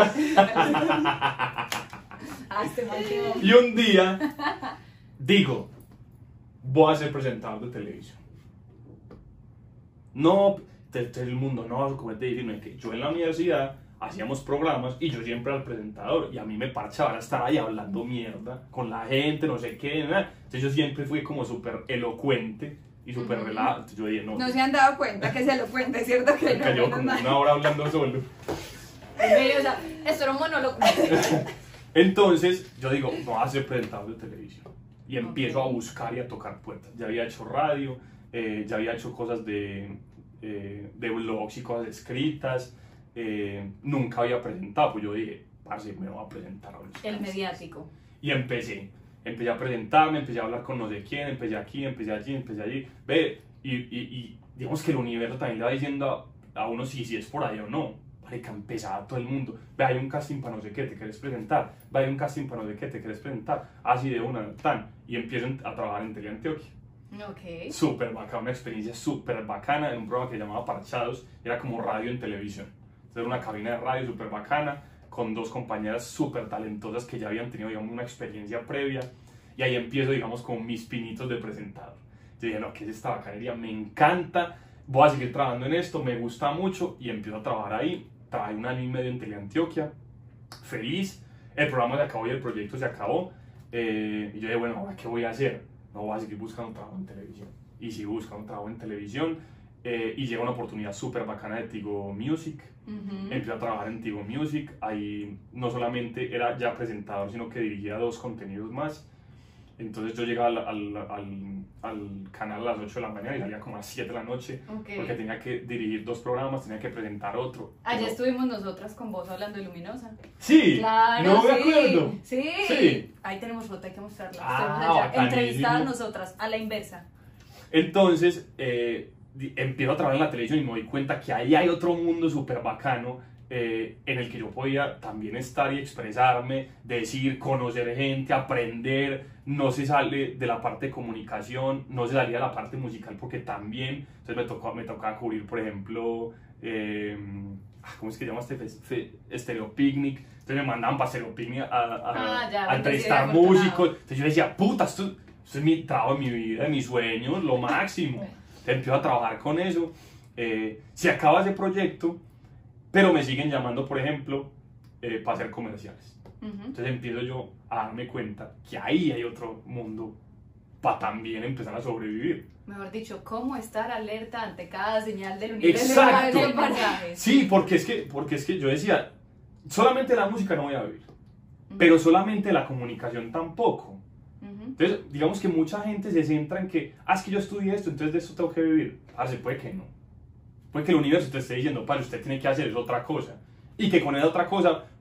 Ah, este man quedó. y un día digo, voy a ser presentador de televisión. No, te- todo el mundo, no, como te dicen, que yo en la universidad hacíamos programas y yo siempre era el presentador y a mí me parchaba estar ahí hablando mierda con la gente, no sé qué, nada. Entonces yo siempre fui como súper elocuente y súper Ujú. relajado. Entonces yo dije, no, No se han dado cuenta que se lo cuente, ¿cierto? Que me no, cayó menos como mal. una hora hablando solo. Medio, o sea, esto era un monólogo. Entonces yo digo, no voy a ser presentador de televisión. Y empiezo Ok. a buscar y a tocar puertas. Ya había hecho radio, eh, ya había hecho cosas de, eh, de blogs y cosas escritas. eh, nunca había presentado, pues yo dije, parce, me voy a presentar a los El canales". mediático. Y empecé, empecé a presentarme, empecé a hablar con no sé quién, empecé aquí, empecé allí, empecé allí. Ve, y, y, y digamos que el universo también le va diciendo a, a uno si, si es por ahí o no. Marica, empezaba todo el mundo. Ve, hay un casting para no sé qué, te quieres presentar. Ve, hay un casting para no sé qué, te quieres presentar. Así de una, tan. Y empiezo a trabajar en Teleantioquia. Ok. Súper bacana, una experiencia súper bacana en un programa que se llamaba Parchados. Era como radio en televisión. Entonces, era una cabina de radio súper bacana con dos compañeras súper talentosas que ya habían tenido, digamos, una experiencia previa. Y ahí empiezo, digamos, con mis pinitos de presentador. Yo dije, no, ¿qué es esta bacanería? Me encanta. Voy a seguir trabajando en esto, me gusta mucho. Y empiezo a trabajar ahí. Trabajé un año y medio en Teleantioquia. Feliz. El programa se acabó y el proyecto se acabó. Eh, y yo dije, bueno, ¿ahora qué voy a hacer? No, voy a seguir buscando trabajo en televisión. Y sigo buscando trabajo en televisión. Eh, y llega una oportunidad súper bacana de Tigo Music. Ujú. Empecé a trabajar en Tigo Music. Ahí no solamente era ya presentador, sino que dirigía dos contenidos más. Entonces yo llegaba al, al, al, al canal a las ocho de la mañana y salía como a las siete de la noche. Ok. Porque tenía que dirigir dos programas, tenía que presentar otro. Allá Pero- estuvimos nosotras con vos hablando de Luminosa. Sí, Claro, no me sí. acuerdo. Sí. Sí. Ahí tenemos foto, hay que mostrarla. Ah, Estuvimos allá, bacanísimo. entrevistadas nosotras, a la inversa. Entonces, eh, di- empiezo a trabajar en la televisión y me doy cuenta que ahí hay otro mundo súper bacano eh, en el que yo podía también estar y expresarme, decir, conocer gente, aprender. No se sale de la parte de comunicación, no se salía de la parte musical porque también, entonces me tocó, me tocaba cubrir, por ejemplo, eh, ¿cómo es que se llama este fe- fe- Stereo Picnic? Entonces me mandaban para Stereo Picnic a, a, Ah, ya, a entonces entrevistar era afortunado. músicos. Entonces yo decía, puta, esto, esto es mi trabajo, mi vida, mis sueños, lo máximo. Entonces empiezo a trabajar con eso. Eh, se acaba ese proyecto, pero me siguen llamando, por ejemplo, eh, para hacer comerciales. Ujú. Entonces empiezo yo a darme cuenta que ahí hay otro mundo para también empezar a sobrevivir. Mejor dicho, cómo estar alerta ante cada señal del universo. Exacto. De mensajes. Sí, porque es que, porque es que yo decía, solamente la música no voy a vivir, pero solamente la comunicación tampoco. Ujú. Entonces, digamos que mucha gente se centra en que, ah, es que yo estudié esto, entonces de esto tengo que vivir. Ah, se puede que no. Puede que el universo te esté diciendo, para usted tiene que hacer es otra cosa. Y que con esa otra cosa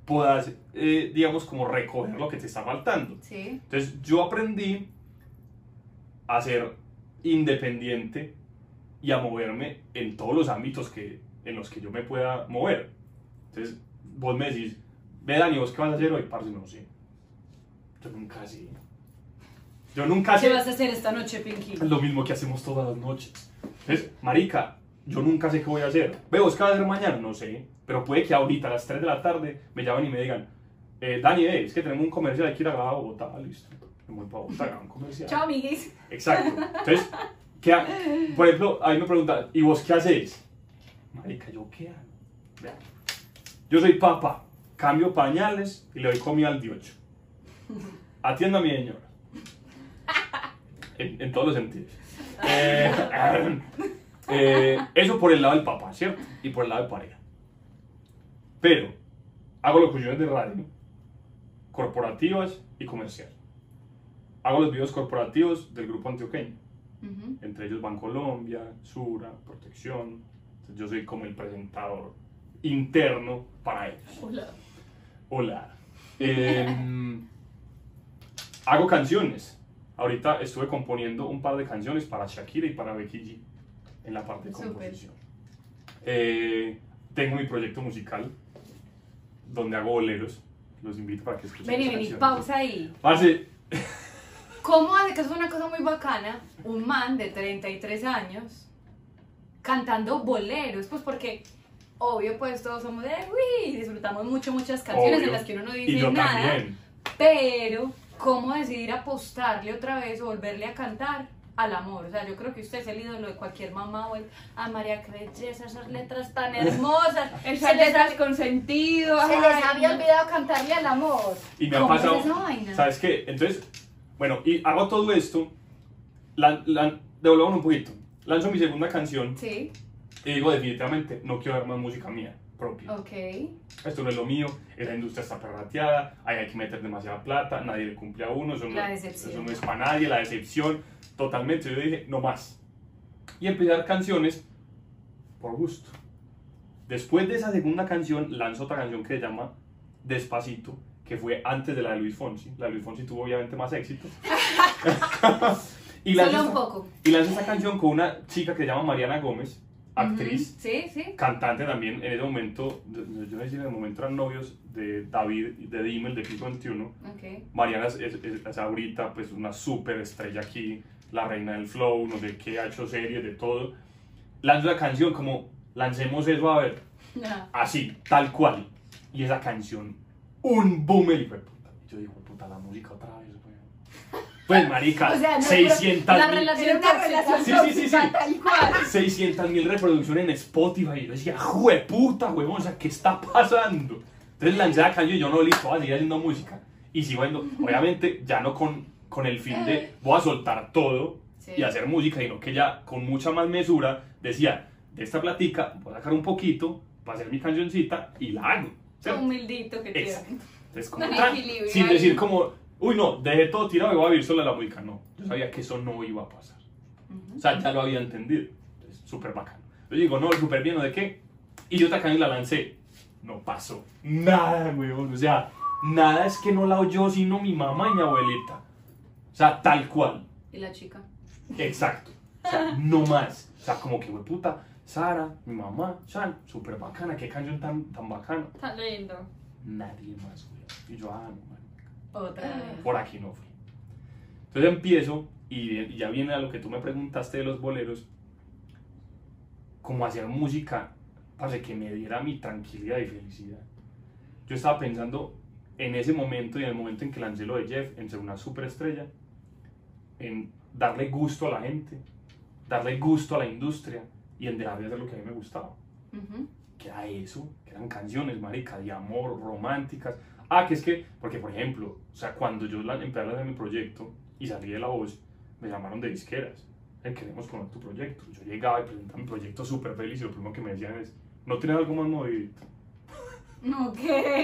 puedas, eh, digamos, como recoger lo que te está faltando. Sí. Entonces yo aprendí a ser independiente y a moverme en todos los ámbitos que, en los que yo me pueda mover. Entonces vos me decís, ve Dani, ¿vos qué vas a hacer hoy? Parce, no sé. Yo nunca sé. Yo nunca sé. ¿Qué vas a hacer esta noche, Pinky? Es lo mismo que hacemos todas las noches. Entonces, marica, yo nunca sé qué voy a hacer. Ve, ¿vos qué vas a hacer mañana? No sé. Pero puede que ahorita a las tres de la tarde me llamen y me digan, eh, Dani, eh, es que tenemos un comercial, hay que ir a Bogotá. Listo. Me voy para Bogotá, a un comercial. Chao, amiguis. Exacto. Entonces, ¿qué ha- por ejemplo, a mí me preguntan, ¿y vos qué haces? Marica, ¿yo qué hago? Vean. Yo soy papá, cambio pañales y le doy comida al diocho. Atiendo a mi señora. En, en todos los sentidos. Eh, eh, eso por el lado del papá, ¿cierto? Y por el lado de pareja. Pero hago locuciones de radio, corporativas y comerciales. Hago los videos corporativos del grupo antioqueño. Ujú. Entre ellos Bancolombia, Sura, Protección. Entonces yo soy como el presentador interno para ellos. Hola. Hola. Eh, hago canciones. Ahorita estuve componiendo un par de canciones para Shakira y para Becky G en la parte de Súper. composición. Eh, tengo mi proyecto musical donde hago boleros. Los invito para que escuchen. Vení, mis vení, canciones. pausa ahí. Parce, ¿Cómo hace que eso es una cosa muy bacana? Un man de treinta y tres años cantando boleros, pues porque obvio pues todos somos de uy, disfrutamos mucho muchas canciones obvio. en las que uno no Y dice yo nada, también. pero ¿cómo decidir apostarle otra vez o volverle a cantar al amor? O sea, yo creo que usted es el ídolo de cualquier mamá o el, ah María, qué belleza, esas letras tan hermosas, Esas se les, letras hab- con sentido. se ay, les había no. olvidado cantarle al amor. Y me ha ¿Cómo es pasado, esa vaina? ¿sabes qué? Entonces, bueno, y hago todo esto, lan, lan, devolvamos un poquito, lanzo mi segunda canción Sí, y digo definitivamente, no quiero ver más música mía propia. ok. Esto no es lo mío, esa industria está prerrateada, ahí hay que meter demasiada plata, nadie le cumple a uno, eso no, La decepción. eso no es para nadie, la decepción, totalmente. Yo dije, no más. Y empecé a dar canciones por gusto. Después de esa segunda canción, lanzo otra canción que se llama Despacito, que fue antes de la de Luis Fonsi. La de Luis Fonsi tuvo obviamente más éxito. y, lanzo Solo un esta, poco. y lanzo esta canción con una chica que se llama Mariana Gómez, actriz, Ujú. Sí, sí. cantante también. En ese momento, yo no sé si en el momento eran novios de David, de Dimmel, de Piso veintiuno. Ok. Mariana es, es, es- es ahorita pues una súper estrella aquí, la reina del flow, no sé qué, ha hecho series, de todo. Lanzo la canción como, lancemos eso a ver, Ya. así, tal cual. Y esa canción, un boom, el hijo de puta. Y yo digo, puta, la música otra vez, güey. Pues marica, O sea, no, seiscientas la mil- relación Era una tóxica. relación Sí, sí, sí, sí. tóxica, tal cual. seiscientas mil reproducciones en Spotify. Y yo decía, jueputa, huevón, o sea, ¿qué está pasando? Entonces lancé la canción y yo no, listo, voy a seguir haciendo música. Y sigo haciendo, obviamente, ya no con, con el fin de voy a soltar todo Sí. y hacer música, sino que ya con mucha más mesura decía, de esta platica voy a sacar un poquito para hacer mi cancioncita y la hago. Qué ¿cierto? humildito que tiene. Exacto. Entonces, como Un tan, equilibrio sin ahí. decir como, uy, no, dejé todo tirado y voy a vivir solo de la música. No, yo sabía que eso no iba a pasar. Ujú. O sea, ya lo había entendido. Entonces, súper bacano. Yo digo, no, súper bien, ¿o de qué? Y yo otra canción la lancé. No pasó nada, weón. O sea, nada es que no la oyó sino mi mamá y mi abuelita. O sea, tal cual. ¿Y la chica? Exacto. O sea, no más. O sea, como que, wey, puta, Sara, mi mamá, Shan, súper bacana. Qué canción tan, tan bacana. Tan lindo. Nadie más, weón. Y yo, ah, no, man. Otra vez. Por aquí no fui. Entonces empiezo, y, y ya viene a lo que tú me preguntaste de los boleros, como hacer música para que me diera mi tranquilidad y felicidad. Yo estaba pensando en ese momento y en el momento en que lancé lo de Jeff, en ser una superestrella, en darle gusto a la gente, darle gusto a la industria y en dejar de hacer lo que a mí me gustaba. Ujú. Que era eso, que eran canciones, marica, de amor, románticas. Ah, que es que, porque por ejemplo, o sea, cuando yo la, empecé a hacer mi proyecto y salí de La Voz, me llamaron de disqueras. Eh, queremos conocer tu proyecto. Yo llegaba y presentaba mi proyecto súper feliz y lo primero que me decían es, ¿no tienes algo más movidito? Ok.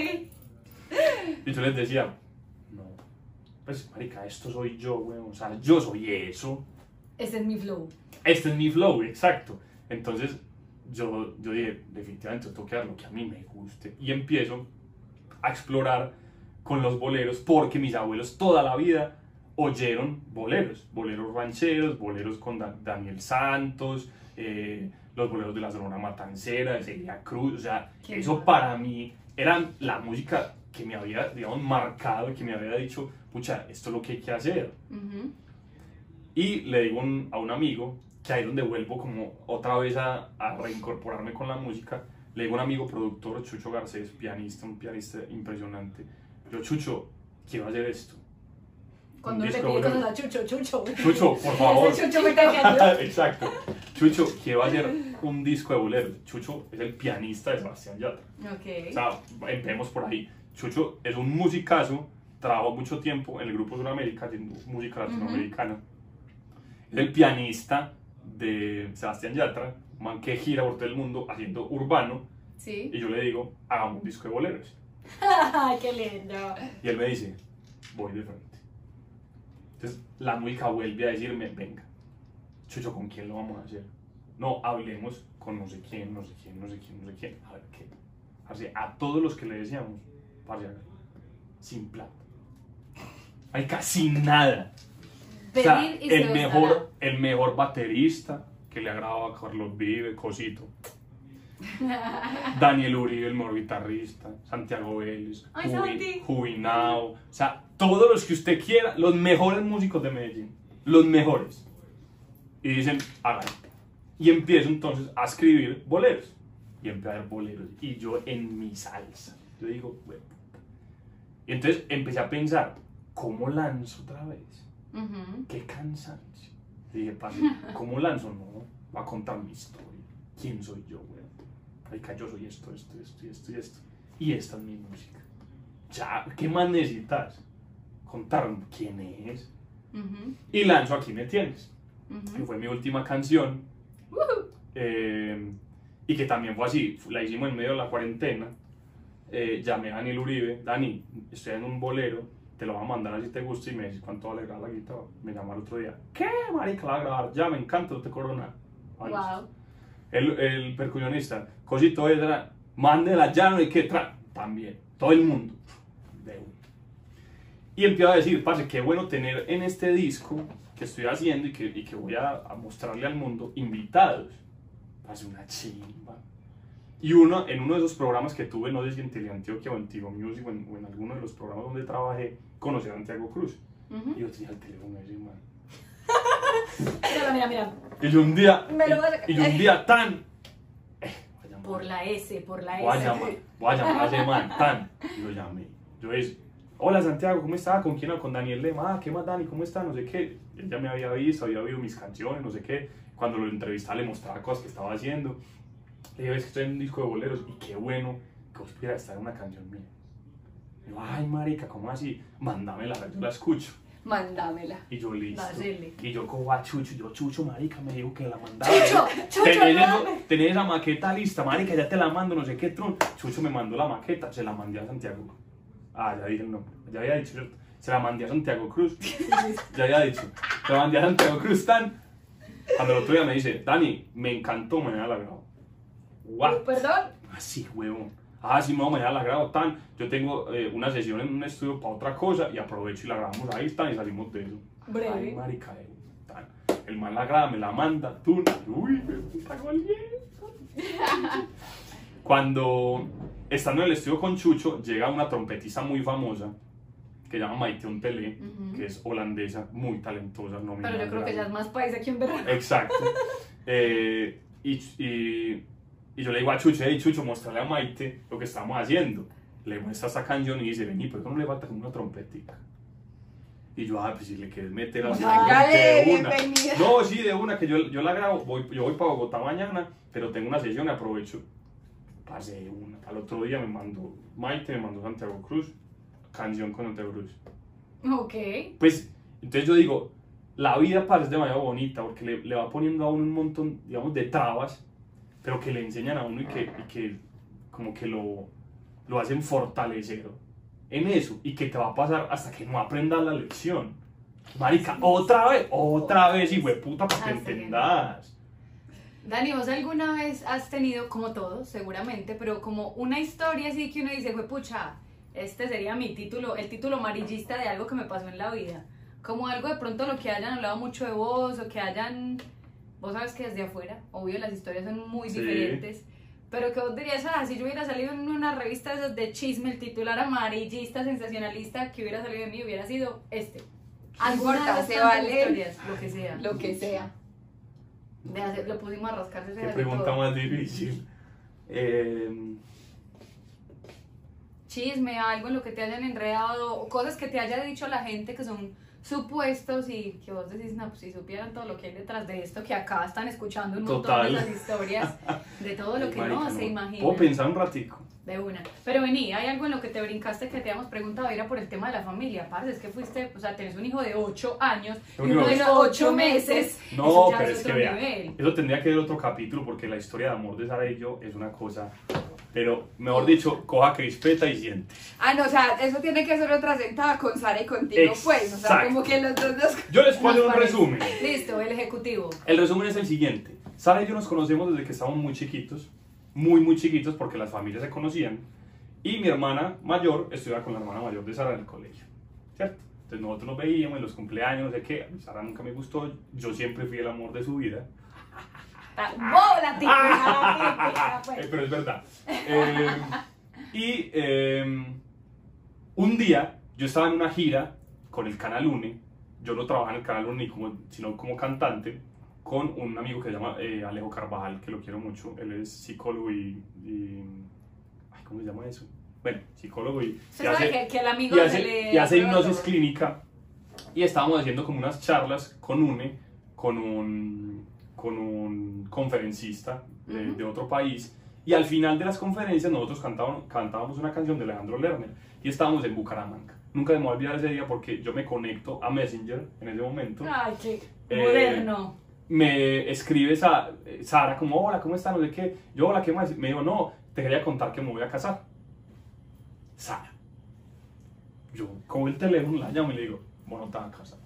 Y yo les decía, no, pues marica, esto soy yo, weón, o sea, yo soy eso. Ese es mi flow. Este es mi flow, exacto. Entonces, yo, yo dije, definitivamente tengo que dar lo que a mí me guste. Y empiezo a explorar con los boleros, porque mis abuelos toda la vida oyeron boleros, boleros rancheros, boleros con Da- Daniel Santos, eh, los boleros de la Sonora Matancera, de Celia Cruz, o sea, Qué eso mal. para mí era la música que me había, digamos, marcado y que me había dicho, pucha, esto es lo que hay que hacer. Ujú. Y le digo un- a un amigo, que ahí es donde vuelvo como otra vez a, a reincorporarme con la música, le digo a un amigo productor, Chucho Garcés, pianista, un pianista impresionante, yo, Chucho, quiero hacer esto. Cuando Un le disco pide de cosas boleros. a Chucho, Chucho. Chucho, por favor. Ese Chucho me cae que ayuda. Exacto. Chucho, quiero hacer un disco de boleros. Chucho es el pianista de Sebastián Yatra. O Ok. sea, empecemos por ahí. Chucho es un musicazo, trabajó mucho tiempo en el grupo Sudamérica haciendo música latinoamericana. Es el pianista de Sebastián Yatra, un man que gira por todo el mundo haciendo urbano. Sí. Y yo le digo, hagamos un disco de boleros. Ay, qué lindo. Y él me dice, voy de frente. Entonces la música vuelve a decirme, venga, Chucho, ¿con quién lo vamos a hacer? No, hablemos con no sé quién, no sé quién, no sé quién, no sé quién. A ver qué. Parce, a todos los que le decíamos, parce, sin plata. Hay casi nada. O sea, Pedir y se el os mejor, el mejor baterista que le ha grabado a Carlos Vive, Cosito. Daniel Uribe, el mejor guitarrista, Santiago Vélez, Ay, Jubi- Santi. Jubinao, o sea, todos los que usted quiera, los mejores músicos de Medellín, los mejores. Y dicen, hagan. Y empiezo entonces a escribir boleros. Y empiezo a ver boleros. Y yo en mi salsa. Yo digo, bueno. Y entonces empecé a pensar, ¿cómo lanzo otra vez? Ujú. Qué cansancio. Y dije, parce, ¿cómo lanzo? No, va a contar mi historia. ¿Quién soy yo, güey? Marica, yo soy esto, esto, esto y esto y esto. Y esta es mi música. Ya, ¿qué más necesitas? Contar quién es. Ujú. Y lanzo Aquí me tienes, Ujú. que fue mi última canción. Eh, y que también fue así, la hicimos en medio de la cuarentena. Eh, llamé a Daniel Uribe, Dani, estoy en un bolero, te lo voy a mandar así te gusta, y me dice, ¿cuánto vale grabar la guitarra? Me llama el otro día, ¿qué, marica, la va a grabar? Ya, me encanta, no te cobro nada. Ay, Wow. El, el percusionista, Cosito Edra, mándela ya, no hay que tra también, todo el mundo. De una. Y empiezo a decir, parce, qué bueno tener en este disco que estoy haciendo y que, y que voy a, a mostrarle al mundo invitados. Parce, una chimba. Y uno, en uno de esos programas que tuve, no sé si en Teleantioquia o en Tigo Music o en, o en alguno de los programas donde trabajé, conocí a Santiago Cruz. Ujú. Y yo tenía el teléfono ese, man. Mira, mira, mira. Y yo un día, Me lo voy a- y, y yo un día tan... Eh, voy a llamar. Por la S, por la Voy a S. llamar, voy a llamar a ese man, tan. Y lo llamé. Yo es, hola Santiago, ¿cómo está? ¿Con quién? Con Daniel Lema. Ah, ¿qué más Dani? ¿Cómo está? No sé qué. Él ya me había visto, había oído mis canciones, no sé qué. Cuando lo entrevistaba le mostraba cosas que estaba haciendo. Le dije, es que estoy en un disco de boleros y qué bueno que vos pudieras estar en una canción mía. Y yo, ay marica, ¿cómo así? Mándamela, yo la escucho. Mándamela. Y yo listo. Dale. Y yo como a Chucho, yo Chucho, marica, me dijo que la mandaba. Chucho, Chucho, tenés, no. eso- tenés esa maqueta lista, marica, ya te la mando, no sé qué tron. Chucho me mandó la maqueta, se la mandé a Santiago. Ah, ya dije el nombre, ya había dicho, ¿cierto? Se la mandé a Santiago Cruz. Ya había dicho, se la mandé a Santiago Cruz tan. Cuando el otro día me dice, Dani, me encantó, mañana la grabo. What? Perdón. Así, huevón. Ah, sí, no, mañana la grabo tan. Yo tengo eh, una sesión en un estudio para otra cosa y aprovecho y la grabamos ahí tan y salimos de eso. Breve. Ay, marica, eh, tan. El man la graba, me la manda, tú. Uy, me puta cualquiera. Cuando estando en el estudio con Chucho, llega una trompetista muy famosa que se llama Maite Ontele, Ujú. que es holandesa, muy talentosa. Pero nominada yo creo que al ya es Grammy. más paisa que en verdad. Exacto. Eh, y, y, y yo le digo a Chucho, hey Chucho, mostrarle a Maite lo que estamos haciendo. Le muestra esta canción y dice, vení, ¿por qué no le falta como una trompetica? Y yo, ah, pues si le quieres meter así Hágale, de una. bienvenida. No, sí, de una, que yo, yo la grabo, voy, yo voy para Bogotá mañana, pero tengo una sesión y aprovecho. Pasé una. Al otro día me mandó Maite, me mandó Santiago Cruz, canción con Santiago Cruz. Ok. Pues, entonces yo digo, la vida parece demasiado bonita porque le, le va poniendo a uno un montón, digamos, de trabas, pero que le enseñan a uno y que, y que como que lo, lo hacen fortalecer en eso y que te va a pasar hasta que no aprendas la lección. Marica, otra vez, otra vez, y puta, para que Hasta que no. entendas. Dani, ¿vos alguna vez has tenido, como todos, seguramente, pero como una historia así que uno dice, fue pucha, este sería mi título, el título amarillista de algo que me pasó en la vida. Como algo de pronto lo que hayan hablado mucho de vos o que hayan, vos sabes que desde afuera, obvio las historias son muy Sí. diferentes, pero que vos dirías, ah, si yo hubiera salido en una revista de esas de chisme, el titular amarillista, sensacionalista que hubiera salido de mí hubiera sido este. Alguna importa, de las se tantas vale. historias, lo que sea. Lo que sea. De hacer- lo pusimos a rascarse. Qué pregunta más difícil. Eh, Chisme, algo en lo que te hayan enredado, o cosas que te haya dicho la gente que son supuestos y que vos decís, no, pues si supieran todo lo que hay detrás de esto, que acá están escuchando un montón Total. de esas historias, de todo lo ay, que marica, no se imagina. Puedo pensar un ratico. De una. Pero vení, hay algo en lo que te brincaste que te habíamos preguntado, era por el tema de la familia. Parce, es que fuiste, o sea, tenés un hijo de ocho años y Un uno de hijo. ocho meses. No, Eso ya pero es que otro vea, nivel. eso tendría que ver otro capítulo porque la historia de amor de Sara y yo es una cosa. Pero, mejor dicho, coja crispeta y siente. Ah, no, o sea, eso tiene que ser otra sentada con Sara y contigo, pues. O sea, Exacto. como que los dos dos. Yo les puedo hacer un Nos parece. resumen. Listo, el ejecutivo. El resumen es el siguiente. Sara y yo nos conocemos desde que estábamos muy chiquitos. Muy, muy chiquitos porque las familias se conocían. Y mi hermana mayor estudiaba con la hermana mayor de Sara en el colegio. ¿Cierto? Entonces nosotros nos veíamos en los cumpleaños, no sé qué. A Sara nunca me gustó. Yo siempre fui el amor de su vida. Ah, ¡wow! La típica, la típica, Eh, pues. pero es verdad. Eh, y eh, un día yo estaba en una gira con el Canal UNE. Yo no trabajaba en el Canal UNE como, sino como cantante, con un amigo que se llama eh, Alejo Carvajal, que lo quiero mucho. Él es psicólogo y, y ay, ¿cómo se llama eso? Bueno, psicólogo y, Usted y sabe hace, que, que el amigo y se hace, le y hace aprueba hipnosis todo. clínica. Y estábamos haciendo como unas charlas con UNE, con un, con un conferencista de, Ujú. de otro país. Y al final de las conferencias nosotros cantábamos, cantábamos una canción de Alejandro Lerner. Y estábamos en Bucaramanga. Nunca me voy a olvidar ese día porque yo me conecto a Messenger en ese momento. Ay, qué Eh, moderno. Me escribe Sa- Sara como, hola, ¿cómo estás? No sé qué. Yo, hola, ¿qué más? Me dijo, no, te quería contar que me voy a casar. Sara. Yo cojo el teléfono, la llamo y le digo, vos no te vas a casar.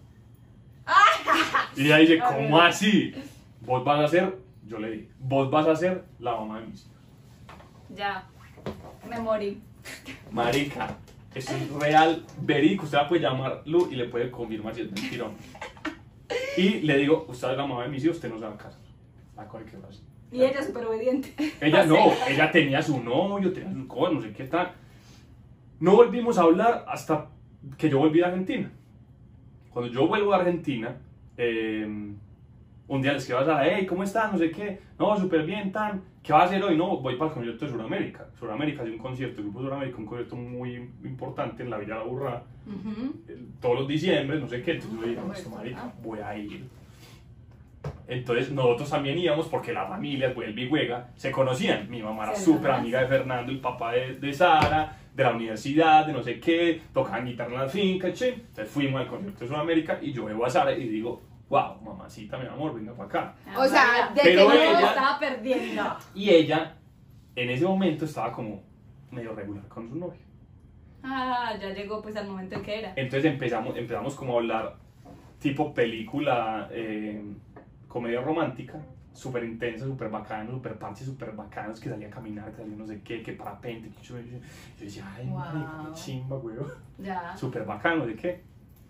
Y ella dice, ¿cómo así? Vos vas a ser, yo le dije, vos vas a ser la mamá de mis hijos. Ya, me morí. Marica, eso es real, verídico, usted la puede llamar Lu y le puede confirmar si es mentira o no. Y le digo, usted es la mamá de mis hijos, usted no se va a casar. La cosa que así. Y ella súper obediente. Ella no, ella tenía su novio, tenía su cosa, no sé qué tal. No volvimos a hablar hasta que yo volví a Argentina. Cuando yo vuelvo a Argentina, eh, un día les escribo a Sara, hey, ¿cómo estás? No sé qué. No, súper bien, tan. ¿Qué vas a hacer hoy? No, voy para el concierto de Sudamérica. Sudamérica hace un concierto, el grupo Sudamérica, un concierto muy importante en la Villa La Burra, Ujú. eh, todos los diciembre, no sé qué. Entonces yo dije, no, esto, marica, voy a ir. Entonces nosotros también íbamos porque las familias, vuelve y juega, se conocían. Mi mamá era Se súper conocen. amiga de Fernando, el papá de, de Sara, de la universidad, de no sé qué, tocaban guitarra en la finca, che. Entonces fuimos al concierto de Sudamérica y yo veo a Sara y digo, wow, mamacita, mi amor, venga para acá. O sea, de Pero que no ella- estaba perdiendo. Y ella, en ese momento, estaba como medio regular con su novio. Ah, ya llegó pues al momento en que era. Entonces empezamos, empezamos como a hablar tipo película, eh, comedia romántica, súper intensa, súper bacano, súper parche, súper bacanos, que salía a caminar, que salía no sé qué, que parapente, que yo, yo, yo decía, ay, Wow. marica, qué chimba, weón, Ya. súper bacano, ¿de qué?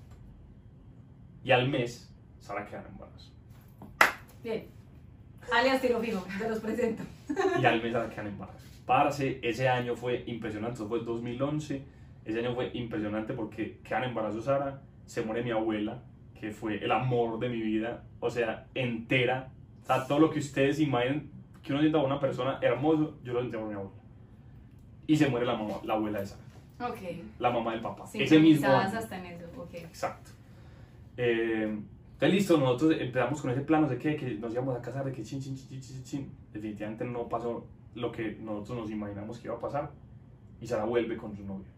Y al mes, Sara queda embarazada. Bien. Alias tiro fijo, te los presento. Y al mes Sara queda embarazada. Parce, ese año fue impresionante, eso fue el dos mil once, ese año fue impresionante porque quedan embarazada Sara, se muere mi abuela, que fue el amor de mi vida, o sea, entera, o sea, todo lo que ustedes imaginen que uno sienta a una persona hermoso, yo lo sentí por mi abuela. Y se muere la mamá, la abuela de Sara, Ok. la mamá del papá, ese mismo Sincronizadas año. hasta en eso, ok. Exacto. Eh, entonces listo, nosotros empezamos con ese plan, no sé qué, que nos íbamos a casar, de que chin, chin, chin, chin, chin, chin. Definitivamente no pasó lo que nosotros nos imaginamos que iba a pasar. Y Sara vuelve con su novio.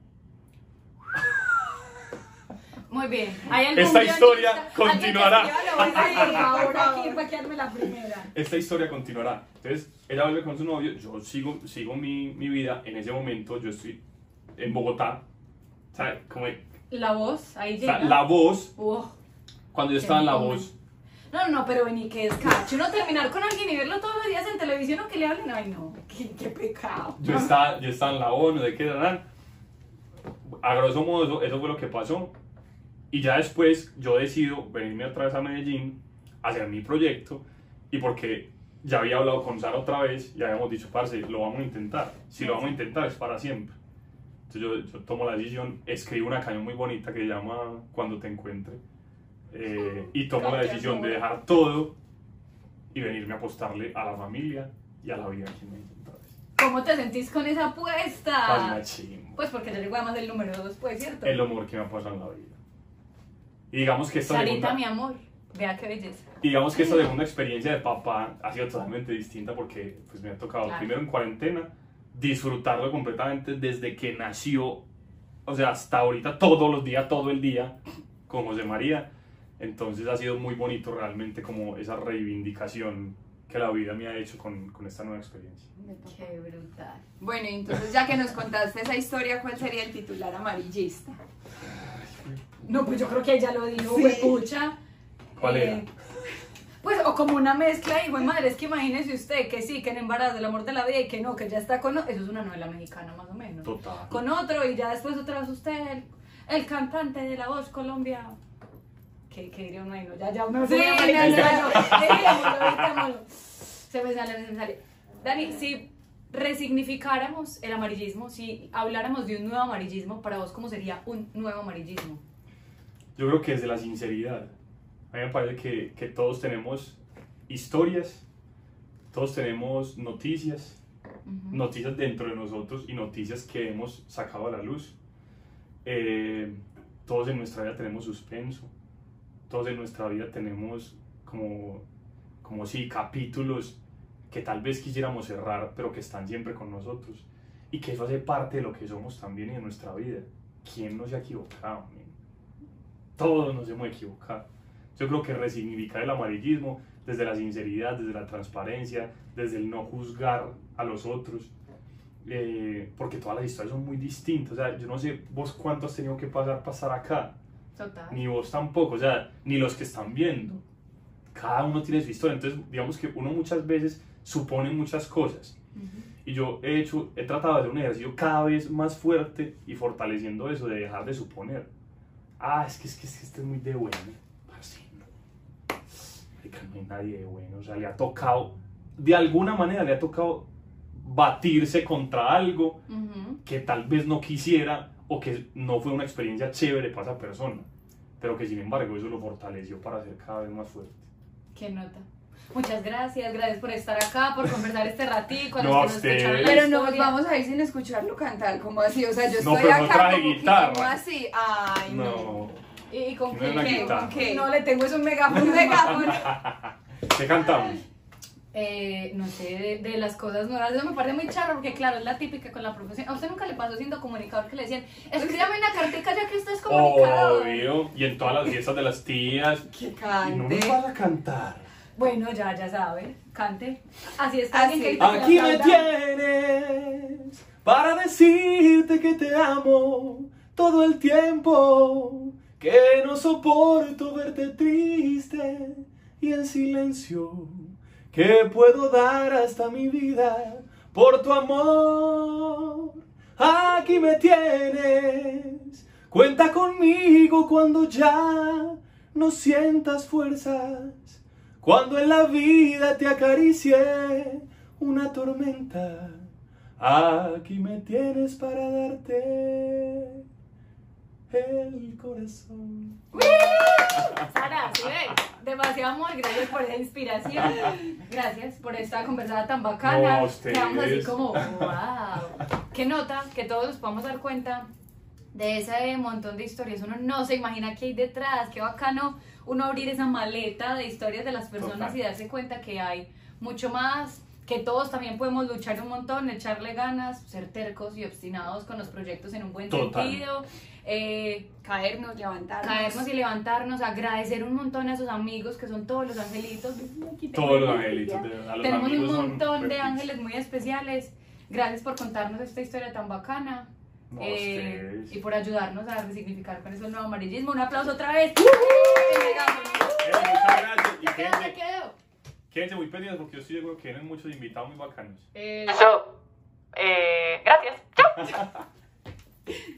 Muy bien. ¿Hay algún Esta historia guionista? ¿Alguien que continuará. escriba la voz ahí, por favor, aquí para quedarme la primera? Esta historia continuará. Entonces, ella vuelve con su novio, yo sigo, sigo mi, mi vida. En ese momento yo estoy en Bogotá. O sea, como, o La voz, ahí sea, llega. La Voz, Uf. cuando yo Qué estaba en La momento. Voz, No, no, pero vení, que descacho. Uno terminar con alguien y verlo todos los días en televisión o que le hablen. Ay, no, qué, qué pecado. yo estaba, yo estaba en La Voz, no sé qué, ¿verdad? a grosso modo eso, eso fue lo que pasó. Y ya después yo decido venirme otra vez a Medellín a hacer mi proyecto, y porque ya había hablado con Sara otra vez y habíamos dicho, parce, lo vamos a intentar. Si lo vamos a intentar es para siempre. Entonces yo, yo tomo la decisión, escribo una canción muy bonita que se llama Cuando te encuentre, eh, y tomo la decisión de dejar todo y venirme a apostarle a la familia y a la vida aquí en Medellín otra vez. ¿Cómo te sentís con esa apuesta? Paz, chimba. Pues porque ya llegó además el número dos, pues, ¿cierto? El amor que me ha pasado en la vida. Y digamos que esta Sarita, segunda, mi amor, vea qué belleza. y digamos que esta segunda experiencia de papá ha sido totalmente distinta porque pues, me ha tocado Claro. primero en cuarentena disfrutarlo completamente desde que nació, o sea, hasta ahorita todos los días, todo el día con José María. Entonces ha sido muy bonito realmente como esa reivindicación que la vida me ha hecho con, con esta nueva experiencia. Qué brutal. Bueno, y entonces ya que nos contaste esa historia, ¿cuál sería el titular amarillista? No, pues yo creo que ella lo dijo, Sí. huepucha. ¿Cuál Eh, era? Pues, o como una mezcla, y güey, madre, es que imagínese usted que sí, que en embarazo, del amor de la vida, y que no, que ya está con... o- Eso es una novela mexicana, más o menos. Total. Con otro, y ya después otra vez usted, el, el cantante de La Voz Colombia. ¿Qué, qué diría uno ahí? No, ya, ya, me Sí, voy a no, aprender, no, ya, no, dejémoslo, dejémoslo. Se me sale, se me sale. Dani, si resignificáramos el amarillismo, si habláramos de un nuevo amarillismo, para vos, ¿cómo sería un nuevo amarillismo? Yo creo que desde la sinceridad. A mí me parece que, que todos tenemos historias, todos tenemos noticias, Ujú. noticias dentro de nosotros y noticias que hemos sacado a la luz. Eh, todos en nuestra vida tenemos suspenso, todos en nuestra vida tenemos como, como sí, capítulos que tal vez quisiéramos cerrar, pero que están siempre con nosotros. Y que eso hace parte de lo que somos también y de nuestra vida. ¿Quién no se ha equivocado? Man? Todos nos hemos equivocado. Yo creo que resignificar el amarillismo desde la sinceridad, desde la transparencia, desde el no juzgar a los otros, eh, porque todas las historias son muy distintas. O sea, yo no sé vos cuánto has tenido que pasar para estar acá, Total. ni vos tampoco, o sea, ni los que están viendo. Cada uno tiene su historia, entonces digamos que uno muchas veces supone muchas cosas. Ujú. Y yo he hecho, he tratado de hacer un ejercicio cada vez más fuerte y fortaleciendo eso, de dejar de suponer. Ah, es que, es que, es que este es muy de bueno. Parce, no. Marica, no hay nadie de bueno. O sea, le ha tocado, de alguna manera le ha tocado batirse contra algo Ujú. que tal vez no quisiera o que no fue una experiencia chévere para esa persona. Pero que sin embargo eso lo fortaleció para ser cada vez más fuerte. Qué nota. Muchas gracias, gracias por estar acá, por conversar este ratico. a No, los a que nos ustedes. escucharon la Pero no historia. vamos a ir sin escucharlo cantar, como así, o sea, yo No, estoy pero no acá traje como que, guitarra. como así, ay, no. No. ¿Y, y con No qué? es una ¿Qué? guitarra. ¿Con qué? No le tengo, es un megáfono. Un megáfono. ¿Qué cantamos? Eh, no sé, de, de las cosas nuevas. Eso me parece muy charro porque, claro, es la típica con la profesión. ¿A usted nunca le pasó siendo comunicador que le decían, escríbame una cartica ya que usted es comunicador? Obvio. Y en todas las fiestas de las tías. Que Y no cante. nos vas a cantar. Bueno, ya, ya sabe, cante. Así es. Así. alguien que- Aquí que me aplauda. tienes para decirte que te amo todo el tiempo, que no soporto verte triste y en silencio, que puedo dar hasta mi vida por tu amor. Aquí me tienes, cuenta conmigo cuando ya no sientas fuerzas. Cuando en la vida te acaricie una tormenta, aquí me tienes para darte el corazón. Sara, ¿sí ves? Demasiado amor, gracias por esa inspiración. Gracias por esta conversada tan bacana. No, ustedes. Quedamos así como, wow. Qué nota que todos nos podamos dar cuenta de ese montón de historias. Uno no se imagina qué hay detrás, qué bacano uno abrir esa maleta de historias de las personas Total. y darse cuenta que hay mucho más, que todos también podemos luchar un montón, echarle ganas, ser tercos y obstinados con los proyectos en un buen Total. sentido, eh, Caernos, levantarnos. caernos y levantarnos, agradecer un montón a esos amigos que son todos los angelitos. Aquí tengo Todos los una angelitos. Biblia. de- a los Tenemos un amigos son montón de perfectos. ángeles muy especiales. Gracias por contarnos esta historia tan bacana. No, eh, ustedes. y por ayudarnos a resignificar con eso el nuevo amarillismo. Un aplauso otra vez. Eh, muchas gracias. Y Se quedó, se quédense, quedó. quédense muy pendientes porque yo estoy seguro que vienen muchos invitados muy bacanos. Eh, Eso. Eh, gracias. Chao.